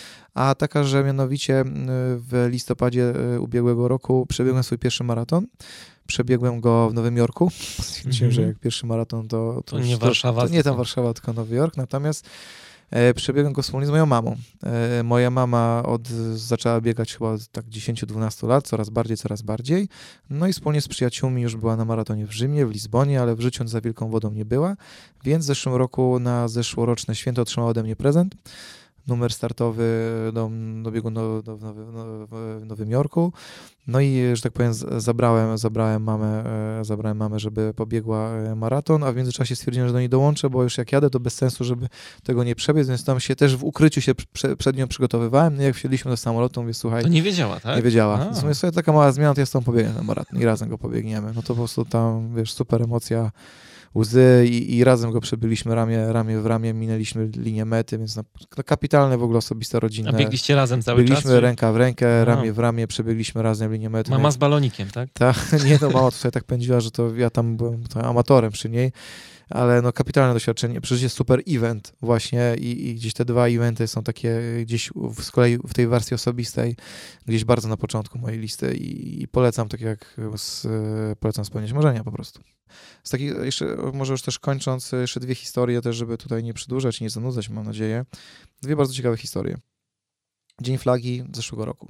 a taka, że mianowicie w listopadzie ubiegłego roku przebiegłem swój pierwszy maraton. Przebiegłem go w Nowym Jorku. Stwierdziłem, mm-hmm. że jak pierwszy maraton to... To, to nie to, Warszawa. To, to nie tam Warszawa, tylko Nowy Jork. Natomiast e, przebiegłem go wspólnie z moją mamą. E, moja mama od, zaczęła biegać chyba od tak dziesięć do dwunastu lat, coraz bardziej, coraz bardziej. No i wspólnie z przyjaciółmi już była na maratonie w Rzymie, w Lizbonie, ale w życiu za wielką wodą nie była. Więc w zeszłym roku na zeszłoroczne święto otrzymała ode mnie prezent. Numer startowy do, do biegu no, do, no, no, w Nowym Jorku. No i, że tak powiem, zabrałem, zabrałem, mamę, zabrałem mamę, żeby pobiegła maraton, a w międzyczasie stwierdziłem, że do niej dołączę, bo już jak jadę, to bez sensu, żeby tego nie przebiec, więc tam się też w ukryciu się prze, przed nią przygotowywałem. No jak wsiedliśmy do samolotu, mówię, słuchaj... To nie wiedziała, tak? Nie wiedziała. Więc mówię, słuchaj, taka mała zmiana, to ja z tą pobiegnę na maraton i razem go pobiegniemy. No to po prostu tam, wiesz, super emocja, łzy i, i razem go przebyliśmy ramię, ramię w ramię, minęliśmy linię mety, więc no, kapitalne w ogóle osobiste, rodzinne. A biegliście razem cały biegliśmy czas? Biegliśmy ręka w rękę, no. ramię w ramię, przebiegliśmy razem linię mety. Mama z balonikiem, tak? Tak, nie, no mama to sobie tak pędziła, że to ja tam byłem to amatorem przy niej, ale no kapitalne doświadczenie. Przecież jest super event właśnie i, i gdzieś te dwa eventy są takie gdzieś w, z kolei w tej wersji osobistej, gdzieś bardzo na początku mojej listy i, i polecam, tak jak z, polecam spełniać marzenia po prostu. Z takich jeszcze, może już też kończąc, jeszcze dwie historie też, żeby tutaj nie przedłużać i nie zanudzać, mam nadzieję. Dwie bardzo ciekawe historie. Dzień Flagi zeszłego roku.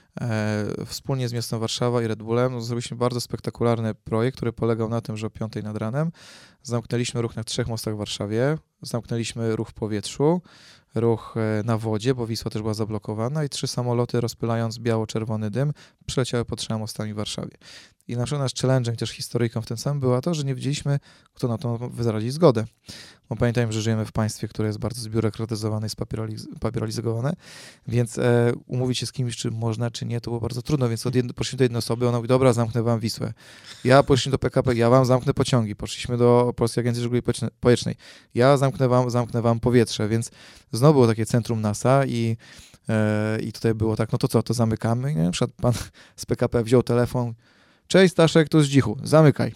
E, wspólnie z miastem Warszawa i Red Bullem no, zrobiliśmy bardzo spektakularny projekt, który polegał na tym, że o piątej nad ranem zamknęliśmy ruch na trzech mostach w Warszawie, zamknęliśmy ruch w powietrzu, ruch na wodzie, bo Wisła też była zablokowana i trzy samoloty, rozpylając biało-czerwony dym, przeleciały pod trzema mostami w Warszawie. I na przykład nasz challenge'em, też historyjką w tym samym była to, że nie wiedzieliśmy, kto na to wyrazi zgodę. Bo pamiętajmy, że żyjemy w państwie, które jest bardzo zbiurokratyzowane i spapierolizowane, więc e, umówić się z kimś, czy można, czy nie, to było bardzo trudno, więc od jedno, poszliśmy do jednej osoby, ona mówi, dobra, zamknę wam Wisłę. Ja poszliśmy do P K P, ja wam zamknę pociągi, poszliśmy do Polskiej Agencji Żeglugi Powietrznej, ja zamknę wam, zamknę wam powietrze, więc znowu było takie centrum NASA i, e, i tutaj było tak, no to co, to zamykamy. Nie? Na przykład pan z P K P wziął telefon, cześć Staszek, to z Dzichu, zamykaj.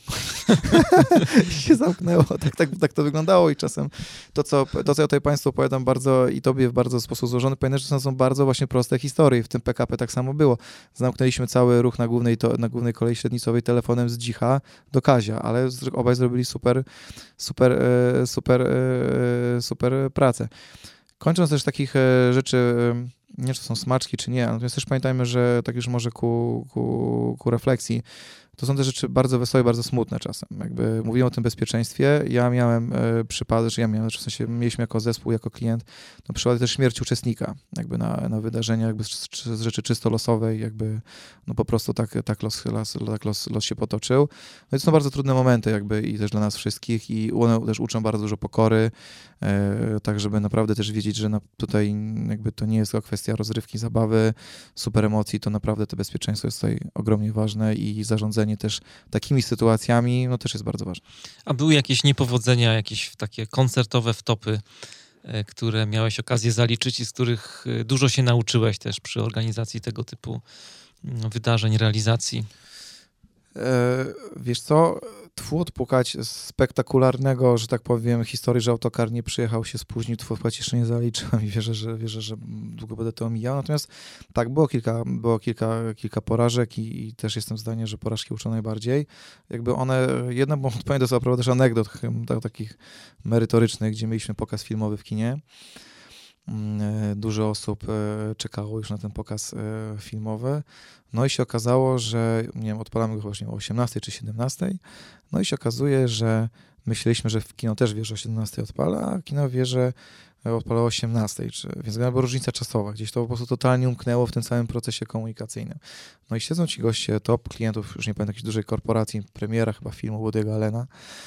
I się zamknęło, tak, tak, tak to wyglądało i czasem to co, to, co ja tutaj Państwu opowiadam bardzo i Tobie w bardzo sposób złożony, pamiętaj, że to są bardzo właśnie proste historie. W tym P K P tak samo było. Zamknęliśmy cały ruch na głównej, to, na głównej kolei średnicowej telefonem z Dzicha do Kazia, ale obaj zrobili super, super, super, super pracę. Kończąc też takich rzeczy nie wiem, czy to są smaczki, czy nie, natomiast też pamiętajmy, że tak już może ku, ku, ku refleksji, to są te rzeczy bardzo wesołe, bardzo smutne czasem. Jakby mówimy o tym bezpieczeństwie. Ja miałem e, przypadek, że ja miałem, w sensie mieliśmy jako zespół, jako klient, no przypadek też śmierci uczestnika, jakby na, na wydarzenia, jakby z, z rzeczy czysto losowej, jakby no po prostu tak, tak, los, los, tak los, los się potoczył. No i to są bardzo trudne momenty jakby i też dla nas wszystkich i one też uczą bardzo dużo pokory, e, tak żeby naprawdę też wiedzieć, że na, tutaj jakby to nie jest tylko kwestia rozrywki, zabawy, super emocji, to naprawdę to bezpieczeństwo jest tutaj ogromnie ważne i zarządzanie też takimi sytuacjami, no też jest bardzo ważne. A były jakieś niepowodzenia, jakieś takie koncertowe wtopy, które miałeś okazję zaliczyć i z których dużo się nauczyłeś też przy organizacji tego typu wydarzeń, realizacji? E, wiesz co, tfu odpukać spektakularnego, że tak powiem, historii, że autokar nie przyjechał, się spóźnił, tfu odpukać jeszcze nie zaliczyłem i wierzę, że, wierzę, że długo będę to omijał. Natomiast tak, było kilka, było kilka, kilka porażek i, i też jestem zdania, że porażki uczą najbardziej. Jakby one, jedna, bo pamiętam sobie naprawdę też anegdot takich merytorycznych, gdzie mieliśmy pokaz filmowy w kinie. Dużo osób czekało już na ten pokaz filmowy. No i się okazało, że nie wiem, odpalamy go właśnie o osiemnastej czy siedemnastej. No i się okazuje, że myśleliśmy, że w kino też wie, że o siedemnastej odpala, a kino wie, że odpala o osiemnastej. Czy, więc była różnica czasowa. Gdzieś to po prostu totalnie umknęło w tym całym procesie komunikacyjnym. No i siedzą ci goście, top klientów, już nie pamiętam, jakiejś dużej korporacji, premiera chyba filmu Woody'ego Allena.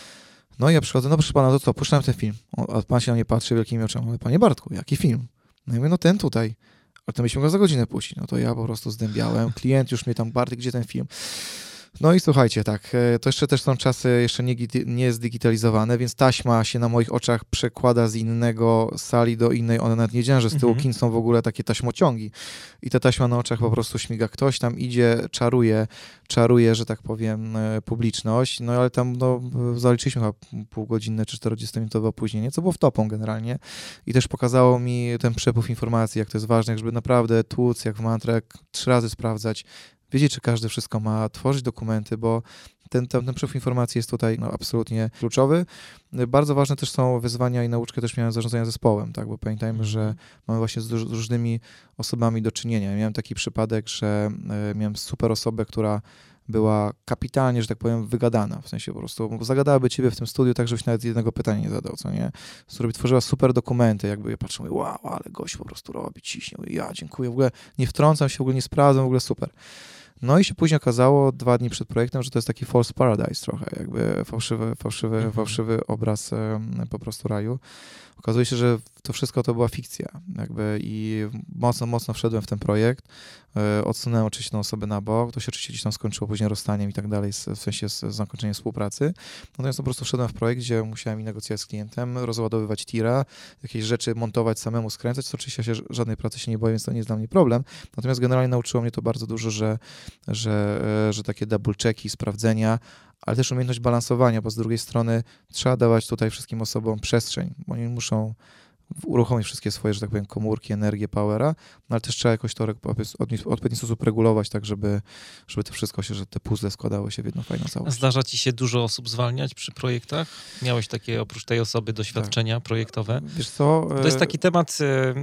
No i ja przychodzę, no proszę pana, to co, puszczam ten film. A pan się na mnie patrzy wielkimi oczami, ale panie Bartku, jaki film? No i mówię, no ten tutaj. Ale to myśmy go za godzinę puścić. No to ja po prostu zdębiałem. Klient już mnie tam, Bartek, gdzie ten film? No i słuchajcie, tak, to jeszcze też są czasy jeszcze nie, nie zdigitalizowane, więc taśma się na moich oczach przekłada z innego sali do innej. One nawet nie wiedziałem, że z tyłu kin są w ogóle takie taśmociągi. I ta taśma na oczach po prostu śmiga. Ktoś tam idzie, czaruje, czaruje, że tak powiem, publiczność. No ale tam no, zaliczyliśmy chyba półgodzinne czy czterdziestominutowe opóźnienie, co było wtopą generalnie. I też pokazało mi ten przepływ informacji, jak to jest ważne, żeby naprawdę tłuc, jak w mantrę, trzy razy sprawdzać, wiedzieć, czy każdy wszystko ma, tworzyć dokumenty, bo ten, ten, ten przepływ informacji jest tutaj no, absolutnie kluczowy. Bardzo ważne też są wyzwania i nauczkę też miałem zarządzania zespołem, tak, bo pamiętajmy, że mamy właśnie z, z różnymi osobami do czynienia. Miałem taki przypadek, że y, miałem super osobę, która była kapitalnie, że tak powiem, wygadana, w sensie po prostu zagadałaby ciebie w tym studiu tak, żebyś nawet jednego pytania nie zadał, co nie? Z której tworzyła super dokumenty, jakby ja patrzę, mówię, wow, ale gość po prostu robi, ciśnie, mówię, ja dziękuję, w ogóle nie wtrącam się, w ogóle nie sprawdzam, w ogóle super. No i się później okazało, dwa dni przed projektem, że to jest taki false paradise trochę, jakby fałszywy, fałszywy, mhm. fałszywy obraz um, po prostu raju. Okazuje się, że to wszystko to była fikcja, jakby i mocno, mocno wszedłem w ten projekt, e, odsunąłem oczywiście tą osobę na bok, to się oczywiście gdzieś tam skończyło później rozstaniem i tak dalej, w sensie z, z zakończeniem współpracy. Natomiast po prostu wszedłem w projekt, gdzie musiałem i negocjować z klientem, rozładowywać tira, jakieś rzeczy montować samemu, skręcać, co oczywiście ja się żadnej pracy się nie boję, więc to nie jest dla mnie problem. Natomiast generalnie nauczyło mnie to bardzo dużo, że, że, że takie double checki, sprawdzenia, ale też umiejętność balansowania, bo z drugiej strony trzeba dawać tutaj wszystkim osobom przestrzeń, bo oni muszą uruchomić wszystkie swoje, że tak powiem, komórki, energię, powera, no ale też trzeba jakoś to w odpowiedni sposób regulować, tak żeby, żeby to wszystko się, że te puzzle składały się w jedną fajną całość. Zdarza ci się dużo osób zwalniać przy projektach? Miałeś takie, oprócz tej osoby, doświadczenia tak. projektowe? Wiesz co? To jest taki temat,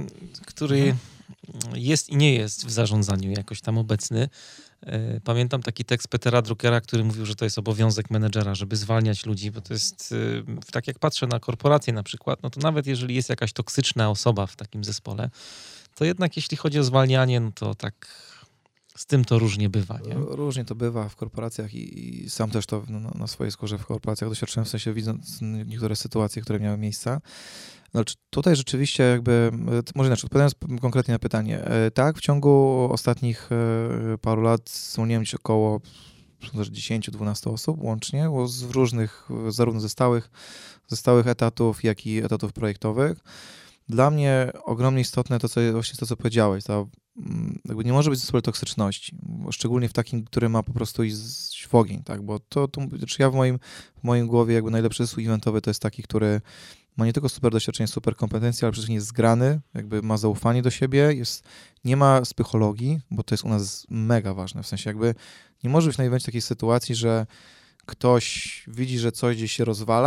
który jest i nie jest w zarządzaniu jakoś tam obecny. Pamiętam taki tekst Petera Druckera, który mówił, że to jest obowiązek menedżera, żeby zwalniać ludzi, bo to jest, tak jak patrzę na korporacje na przykład, no to nawet jeżeli jest jakaś toksyczna osoba w takim zespole, to jednak jeśli chodzi o zwalnianie, no to tak z tym to różnie bywa, nie? Różnie to bywa w korporacjach i, i sam też to na, na swojej skórze w korporacjach doświadczyłem, w sensie widząc niektóre sytuacje, które miały miejsce. Znaczy, tutaj rzeczywiście jakby, może inaczej, odpowiadając konkretnie na pytanie, tak, w ciągu ostatnich paru lat zwolniłem się około dziesięć do dwunastu osób łącznie, z różnych, zarówno ze stałych, ze stałych etatów, jak i etatów projektowych. Dla mnie ogromnie istotne to, co właśnie to, co powiedziałeś, to jakby nie może być zespole toksyczności, szczególnie w takim, który ma po prostu iść w ogień, tak, bo to, to znaczy ja w moim, w moim głowie jakby najlepszy zespół eventowy to jest taki, który ma nie tylko super doświadczenie, super kompetencje, ale przede wszystkim jest zgrany, jakby ma zaufanie do siebie, jest, nie ma psychologii, bo to jest u nas mega ważne, w sensie jakby nie może być na evencie takiej sytuacji, że ktoś widzi, że coś gdzieś się rozwala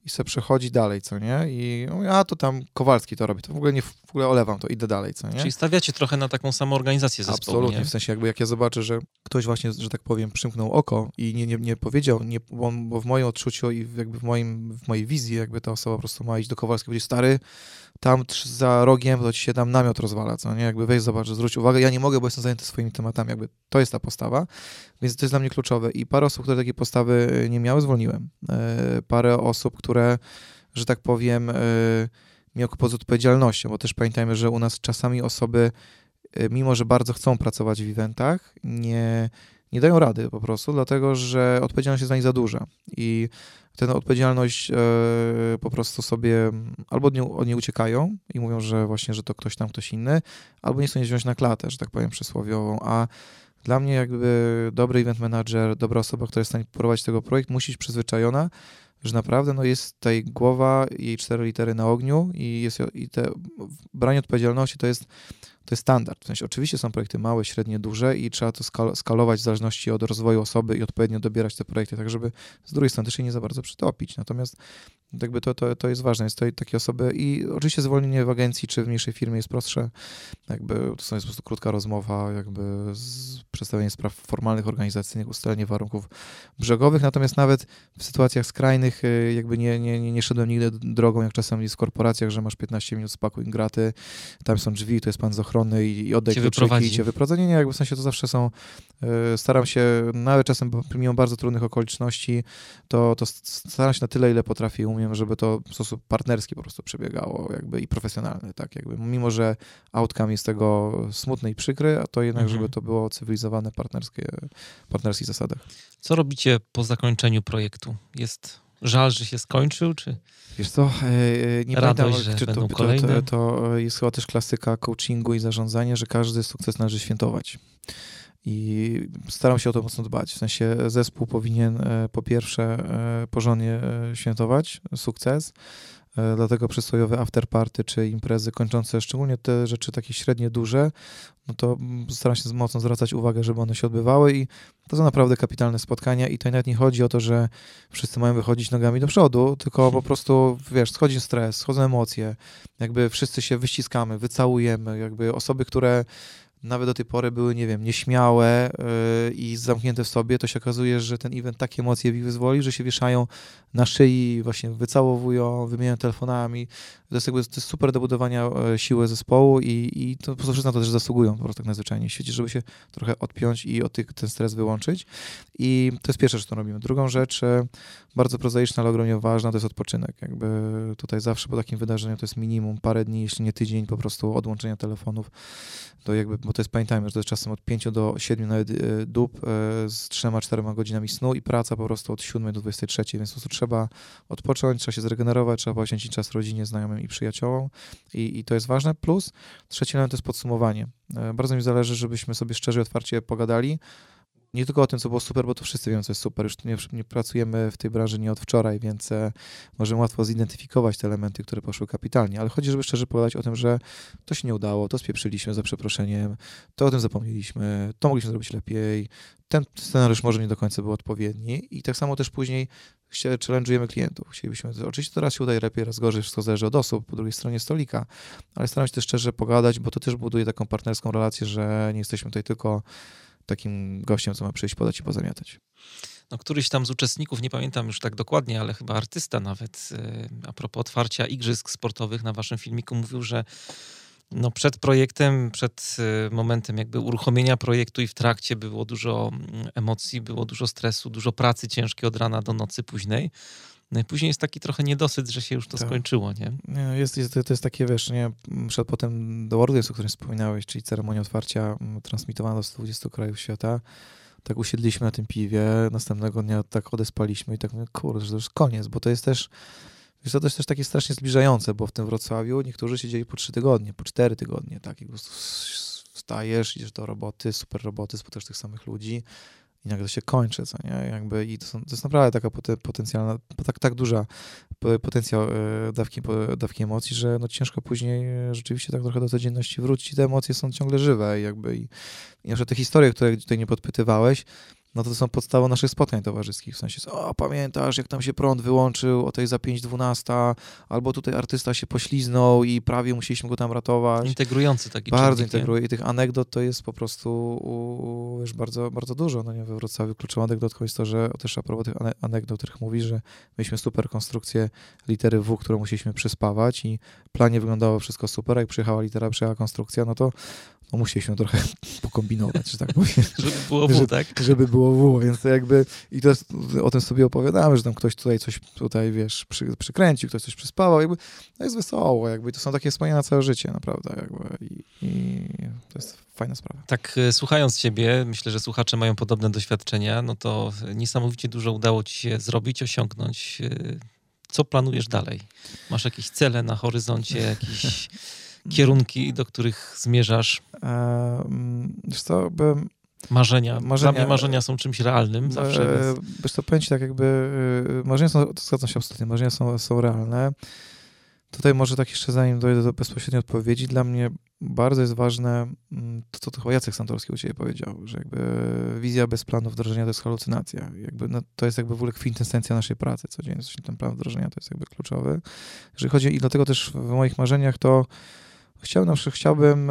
i se przechodzi dalej, co nie? I mówię, a to tam Kowalski to robi, to w ogóle nie w ogóle olewam, to idę dalej, co nie? Czyli stawiacie trochę na taką samą organizację zespołu, Absolutnie, nie? w sensie jakby jak ja zobaczę, że ktoś właśnie, że tak powiem, przymknął oko i nie, nie, nie powiedział, nie, bo, bo w moim odczuciu i jakby w, moim, w mojej wizji jakby ta osoba po prostu ma iść do Kowalskiego i powiedzieć, stary, tam za rogiem to ci się tam namiot rozwala, co nie? Jakby weź, zobacz, zwróć uwagę, ja nie mogę, bo jestem zajęty swoimi tematami, jakby to jest ta postawa, więc to jest dla mnie kluczowe i parę osób, które takiej postawy nie miały, zwolniłem. E, parę osób, które, że tak powiem, e, miały kłopot z odpowiedzialnością, bo też pamiętajmy, że u nas czasami osoby, e, mimo że bardzo chcą pracować w eventach, nie, nie dają rady po prostu, dlatego, że odpowiedzialność jest dla nich za duża i tę odpowiedzialność e, po prostu sobie albo od niej, od niej uciekają i mówią, że właśnie, że to ktoś tam, ktoś inny, albo nie chcą jej wziąć na klatę, że tak powiem przysłowiową, a dla mnie jakby dobry event manager, dobra osoba, która jest w stanie prowadzić tego projekt, musi być przyzwyczajona, że naprawdę no, jest tutaj głowa, jej cztery litery na ogniu i, jest, i te branie odpowiedzialności to jest To jest standard. W sensie, oczywiście są projekty małe, średnie, duże i trzeba to skal- skalować w zależności od rozwoju osoby i odpowiednio dobierać te projekty, tak żeby z drugiej strony też się nie za bardzo przytopić. Natomiast jakby to, to, to jest ważne. Jest to takie osoby i oczywiście zwolnienie w agencji czy w mniejszej firmie jest prostsze. Jakby to jest po prostu krótka rozmowa, jakby z przedstawienie spraw formalnych, organizacyjnych, ustalenie warunków brzegowych. Natomiast nawet w sytuacjach skrajnych jakby nie, nie, nie, nie szedłem nigdy drogą, jak czasem jest w korporacjach, że masz piętnaście minut, spakuj graty, tam są drzwi, to jest pan z ochrony i, i oddaj kluczyki i cię wyprowadzi. Nie, jakby w sensie to zawsze są, y, staram się, nawet czasem mimo bardzo trudnych okoliczności, to, to staram się na tyle, ile potrafię i umiem, żeby to w sposób partnerski po prostu przebiegało jakby i profesjonalny, tak jakby. Mimo, że outcome jest tego smutny i przykry, a to jednak, mhm. żeby to było cywilizowane, partnerskie, partnerskich zasadach. Co robicie po zakończeniu projektu? Jest żal, że się skończył, czy... Wiesz co, nie Radość, pamiętam, że czy to, będą to, kolejne? to, to jest chyba też klasyka coachingu i zarządzania, że każdy sukces należy świętować. I staram się o to mocno dbać. W sensie zespół powinien po pierwsze porządnie świętować sukces, dlatego przysłowiowe afterparty czy imprezy kończące, szczególnie te rzeczy takie średnie, duże, no to staram się mocno zwracać uwagę, żeby one się odbywały i to są naprawdę kapitalne spotkania i to nawet nie chodzi o to, że wszyscy mają wychodzić nogami do przodu, tylko po prostu, wiesz, schodzi stres, schodzą emocje, jakby wszyscy się wyściskamy, wycałujemy, jakby osoby, które nawet do tej pory były, nie wiem, nieśmiałe yy, i zamknięte w sobie, to się okazuje, że ten event takie emocje w ich wyzwoli, że się wieszają na szyi, właśnie wycałowują, wymieniają telefonami. To jest jakby to jest super do budowania e, siły zespołu i, i to po prostu wszyscy na to też zasługują po prostu tak najzwyczajniej w świecie, żeby się trochę odpiąć i od tych, ten stres wyłączyć. I to jest pierwsza rzecz, którą robimy. Drugą rzecz, e, bardzo prozaiczna, ale ogromnie ważna, to jest odpoczynek. Jakby tutaj zawsze po takim wydarzeniu to jest minimum parę dni, jeśli nie tydzień, po prostu odłączenia telefonów. To jakby, bo to jest, pamiętajmy, że to jest czasem od pięciu do siedmiu nawet e, dób e, z trzema, czterema godzinami snu i praca po prostu od siódmej do dwudziestej trzeciej, więc po prostu trzeba odpocząć, trzeba się zregenerować, trzeba poświęcić czas rodzinie, znajomym i przyjaciołom i, i to jest ważne. Plus trzeci element to jest podsumowanie. E, bardzo mi zależy, żebyśmy sobie szczerze i otwarcie pogadali. Nie tylko o tym, co było super, bo to wszyscy wiemy, co jest super. Już nie, nie pracujemy w tej branży nie od wczoraj, więc e, możemy łatwo zidentyfikować te elementy, które poszły kapitalnie, ale chodzi, żeby szczerze pogadać o tym, że to się nie udało, to spieprzyliśmy za przeproszeniem, to o tym zapomnieliśmy, to mogliśmy zrobić lepiej, ten scenariusz może nie do końca był odpowiedni i tak samo też później challenge'ujemy klientów. Chcielibyśmy, oczywiście teraz się udaje lepiej, raz gorzej, wszystko zależy od osób po drugiej stronie stolika, ale staram się też szczerze pogadać, bo to też buduje taką partnerską relację, że nie jesteśmy tutaj tylko takim gościem, co ma przyjść, podać i pozamiatać. No, któryś tam z uczestników, nie pamiętam już tak dokładnie, ale chyba artysta nawet, a propos otwarcia igrzysk sportowych na waszym filmiku mówił, że no przed projektem, przed momentem jakby uruchomienia projektu i w trakcie było dużo emocji, było dużo stresu, dużo pracy ciężkiej od rana do nocy późnej. No i później jest taki trochę niedosyt, że się już to tak skończyło, nie? nie jest, jest, to jest takie, wiesz, nie, przed potem do World Games, o którym wspominałeś, czyli ceremonia otwarcia transmitowana do stu dwudziestu krajów świata, tak usiedliśmy na tym piwie, następnego dnia tak odespaliśmy i tak mówię, kurde, że to już koniec, bo to jest też, wiesz, to też, też takie strasznie zbliżające, bo w tym Wrocławiu niektórzy siedzieli po trzy tygodnie, po cztery tygodnie, tak, i po prostu wstajesz, idziesz do roboty, super roboty, spotkasz tych samych ludzi, i nagle to się kończy, co nie? Jakby i to, są, to jest naprawdę taka potencjalna, tak, tak duża potencjał dawki, dawki emocji, że no ciężko później rzeczywiście tak trochę do codzienności wrócić i te emocje są ciągle żywe jakby i, i na przykład te historie, które tutaj nie podpytywałeś, no to, to są podstawy naszych spotkań towarzyskich. W sensie, o, pamiętasz, jak tam się prąd wyłączył o tej za pięć dwunasta, albo tutaj artysta się pośliznął i prawie musieliśmy go tam ratować. Integrujący taki Bardzo czynnik, integruje i tych anegdot to jest po prostu u, wiesz, bardzo, bardzo dużo. No nie, we Wrocławiu kluczową anegdotką jest to, że też a propos tych anegdot, o których mówisz, że mieliśmy super konstrukcję litery W, którą musieliśmy przyspawać i planie wyglądało wszystko super, a jak przyjechała litera, przyjechała konstrukcja, no to no musieliśmy trochę pokombinować, że tak powiem. Żeby było W, żeby, tak? Żeby było W, więc to jakby i to jest, o tym sobie opowiadamy, że tam ktoś tutaj coś tutaj, wiesz, przy, przykręcił, ktoś coś przyspawał, jakby to jest wesoło, jakby to są takie wspomnienia na całe życie, naprawdę, jakby i, i to jest fajna sprawa. Tak, słuchając ciebie, myślę, że słuchacze mają podobne doświadczenia, no to niesamowicie dużo udało ci się zrobić, osiągnąć. Co planujesz dalej? Masz jakieś cele na horyzoncie, jakieś kierunki, do których zmierzasz? Wiesz co, bym... Marzenia. Marzenia. Dla mnie marzenia są czymś realnym zawsze. E, wiesz co, powiem ci tak jakby, marzenia są, to zgadzam się absolutnie, marzenia są, są realne. Tutaj może tak jeszcze zanim dojdę do bezpośredniej odpowiedzi, dla mnie bardzo jest ważne to, co to chyba Jacek Santorski u ciebie powiedział, że jakby wizja bez planu wdrożenia to jest halucynacja. Jakby, no, to jest jakby w ogóle kwintesencja naszej pracy codziennie. Ten plan wdrożenia to jest jakby kluczowy. Jeżeli chodzi, i dlatego też w moich marzeniach to Chciałbym, na przykład, chciałbym,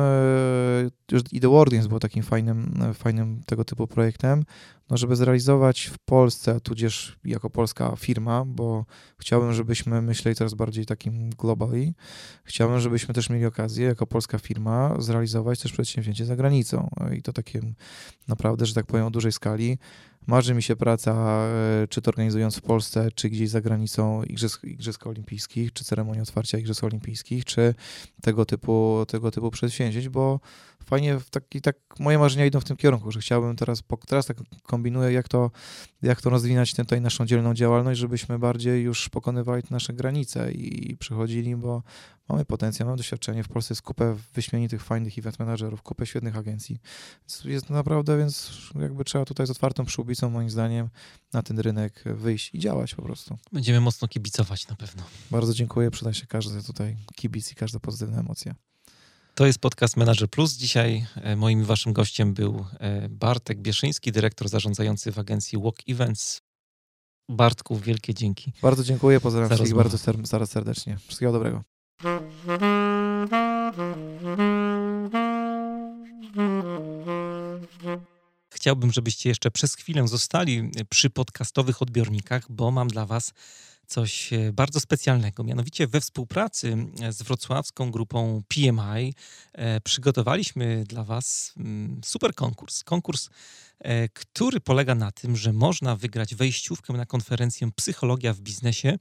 już i The Wardians był takim fajnym, fajnym tego typu projektem, no żeby zrealizować w Polsce, tudzież jako polska firma, bo chciałbym, żebyśmy myśleli coraz bardziej takim globally. Chciałbym, żebyśmy też mieli okazję jako polska firma zrealizować też przedsięwzięcie za granicą i to takim naprawdę, że tak powiem, o dużej skali. Marzy mi się praca, czy to organizując w Polsce, czy gdzieś za granicą Igrzysk, Igrzysk Olimpijskich, czy ceremonię otwarcia Igrzysk Olimpijskich, czy tego typu, tego typu przedsięwzięć, bo fajnie, w taki, tak moje marzenia idą w tym kierunku, że chciałbym teraz, teraz tak kombinuję, jak to, jak to rozwinąć tutaj naszą dzielną działalność, żebyśmy bardziej już pokonywali nasze granice i przychodzili, bo mamy potencjał, mamy doświadczenie. W Polsce jest kupę wyśmienitych, fajnych event managerów, kupę świetnych agencji. Jest naprawdę, więc jakby trzeba tutaj z otwartą przyłbicą, moim zdaniem, na ten rynek wyjść i działać po prostu. Będziemy mocno kibicować na pewno. Bardzo dziękuję, przyda się każdy tutaj kibic i każda pozytywna emocja. To jest podcast Manager Plus. Dzisiaj moim i waszym gościem był Bartek Bieszyński, dyrektor zarządzający w agencji Walk Events. Bartku, wielkie dzięki. Bardzo dziękuję, pozdrawiam wszystkich bardzo ser- serdecznie. Wszystkiego dobrego. Chciałbym, żebyście jeszcze przez chwilę zostali przy podcastowych odbiornikach, bo mam dla was coś bardzo specjalnego. Mianowicie we współpracy z wrocławską grupą P M I e, przygotowaliśmy dla was m, super konkurs. Konkurs, e, który polega na tym, że można wygrać wejściówkę na konferencję Psychologia w biznesie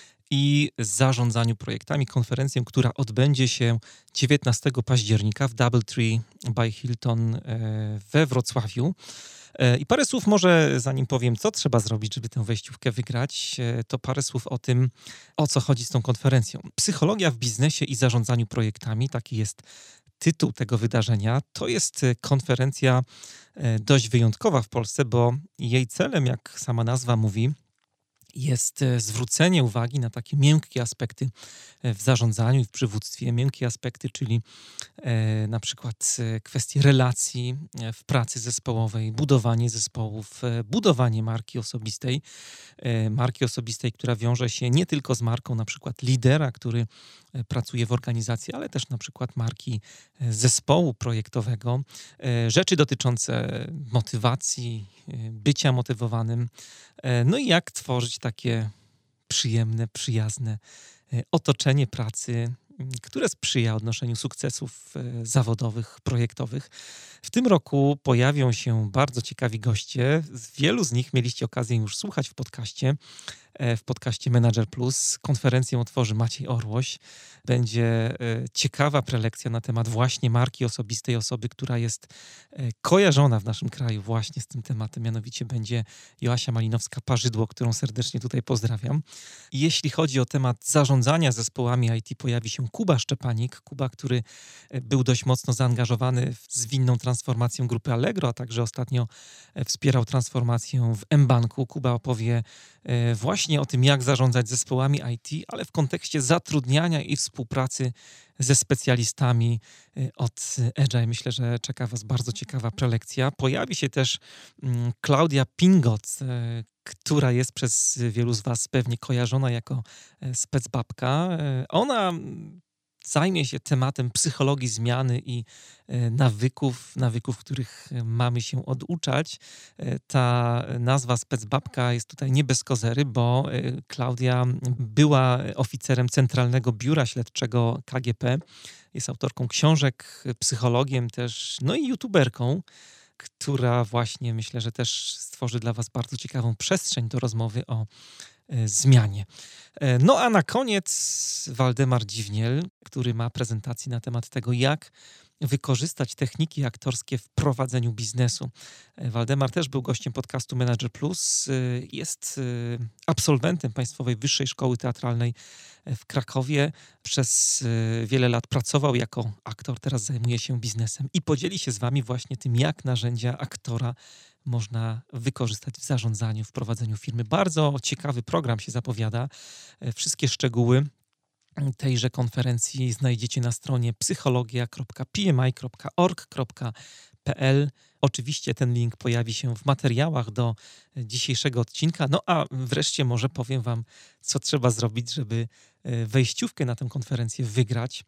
i zarządzaniu projektami. Konferencję, która odbędzie się dziewiętnastego października w Doubletree by Hilton e, we Wrocławiu. I parę słów może, zanim powiem, co trzeba zrobić, żeby tę wejściówkę wygrać, to parę słów o tym, o co chodzi z tą konferencją. Psychologia w biznesie i zarządzaniu projektami, taki jest tytuł tego wydarzenia. To jest konferencja dość wyjątkowa w Polsce, bo jej celem, jak sama nazwa mówi, jest zwrócenie uwagi na takie miękkie aspekty w zarządzaniu i w przywództwie. Miękkie aspekty, czyli e, na przykład kwestie relacji w pracy zespołowej, budowanie zespołów, budowanie marki osobistej. E, marki osobistej, która wiąże się nie tylko z marką na przykład lidera, który pracuje w organizacji, ale też na przykład marki zespołu projektowego. E, rzeczy dotyczące motywacji, bycia motywowanym, no i jak tworzyć takie przyjemne, przyjazne otoczenie pracy, które sprzyja odnoszeniu sukcesów zawodowych, projektowych. W tym roku pojawią się bardzo ciekawi goście. Wielu z nich mieliście okazję już słuchać w podcaście, w podcaście Manager Plus. Konferencję otworzy Maciej Orłoś. Będzie ciekawa prelekcja na temat właśnie marki osobistej osoby, która jest kojarzona w naszym kraju właśnie z tym tematem. Mianowicie będzie Joasia Malinowska-Parzydło, którą serdecznie tutaj pozdrawiam. I jeśli chodzi o temat zarządzania zespołami I T, pojawi się Kuba Szczepanik. Kuba, który był dość mocno zaangażowany w zwinną transformację transformację grupy Allegro, a także ostatnio wspierał transformację w mBanku. Kuba opowie właśnie o tym, jak zarządzać zespołami I T, ale w kontekście zatrudniania i współpracy ze specjalistami od Agile. Myślę, że czeka Was bardzo ciekawa prelekcja. Pojawi się też Klaudia Pingot, która jest przez wielu z Was pewnie kojarzona jako specbabka. Ona zajmie się tematem psychologii zmiany i nawyków, nawyków, których mamy się oduczać. Ta nazwa specbabka jest tutaj nie bez kozery, bo Klaudia była oficerem Centralnego Biura Śledczego K G P, jest autorką książek, psychologiem też, no i youtuberką, która właśnie myślę, że też stworzy dla Was bardzo ciekawą przestrzeń do rozmowy o zmianie. No a na koniec Waldemar Dziwniel, który ma prezentację na temat tego, jak wykorzystać techniki aktorskie w prowadzeniu biznesu. Waldemar też był gościem podcastu Manager Plus. Jest absolwentem Państwowej Wyższej Szkoły Teatralnej w Krakowie. Przez wiele lat pracował jako aktor, teraz zajmuje się biznesem i podzieli się z Wami właśnie tym, jak narzędzia aktora można wykorzystać w zarządzaniu, w prowadzeniu firmy. Bardzo ciekawy program się zapowiada. Wszystkie szczegóły tejże konferencji znajdziecie na stronie psychologia kropka p m i kropka org kropka p l. Oczywiście ten link pojawi się w materiałach do dzisiejszego odcinka. No a wreszcie może powiem Wam, co trzeba zrobić, żeby wejściówkę na tę konferencję wygrać.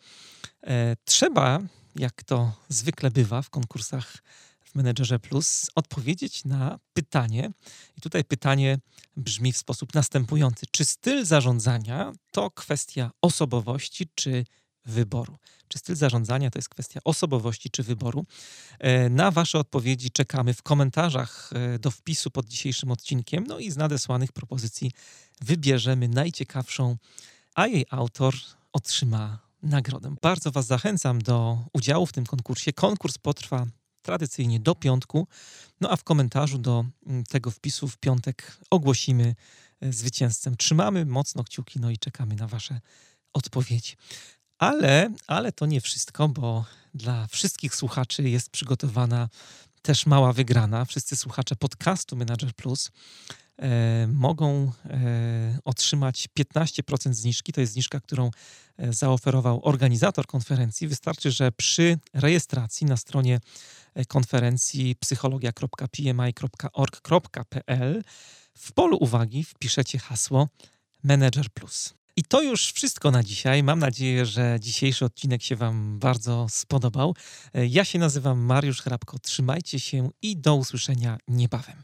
Trzeba, jak to zwykle bywa w konkursach w Menedżerze Plus, odpowiedzieć na pytanie. I tutaj pytanie brzmi w sposób następujący. Czy styl zarządzania to kwestia osobowości czy wyboru? Czy styl zarządzania to jest kwestia osobowości czy wyboru? Na Wasze odpowiedzi czekamy w komentarzach do wpisu pod dzisiejszym odcinkiem. No i z nadesłanych propozycji wybierzemy najciekawszą, a jej autor otrzyma nagrodę. Bardzo Was zachęcam do udziału w tym konkursie. Konkurs potrwa tradycyjnie do piątku, no a w komentarzu do tego wpisu w piątek ogłosimy zwycięzcę. Trzymamy mocno kciuki, no i czekamy na Wasze odpowiedzi. Ale, ale to nie wszystko, bo dla wszystkich słuchaczy jest przygotowana też mała wygrana. Wszyscy słuchacze podcastu Manager Plus e, mogą e, otrzymać piętnaście procent zniżki. To jest zniżka, którą e, zaoferował organizator konferencji. Wystarczy, że przy rejestracji na stronie konferencji psychologia kropka p m i kropka org kropka p l w polu uwagi wpiszecie hasło Manager Plus. I to już wszystko na dzisiaj. Mam nadzieję, że dzisiejszy odcinek się Wam bardzo spodobał. Ja się nazywam Mariusz Hrabko. Trzymajcie się i do usłyszenia niebawem.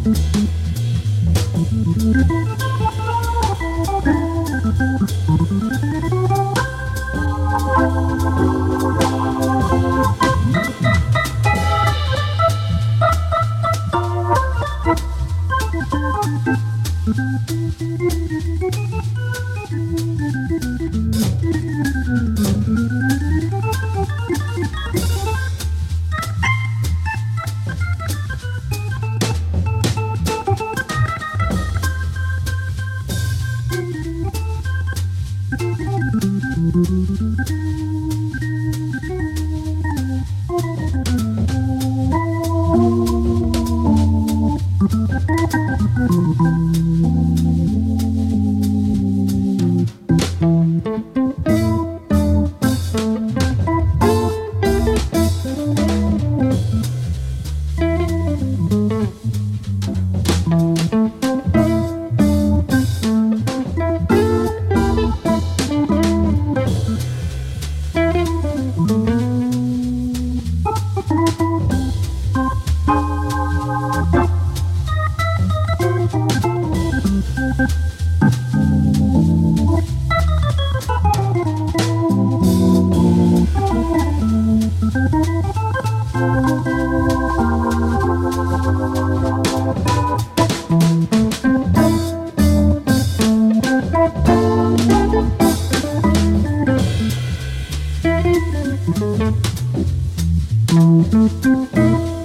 Thank you.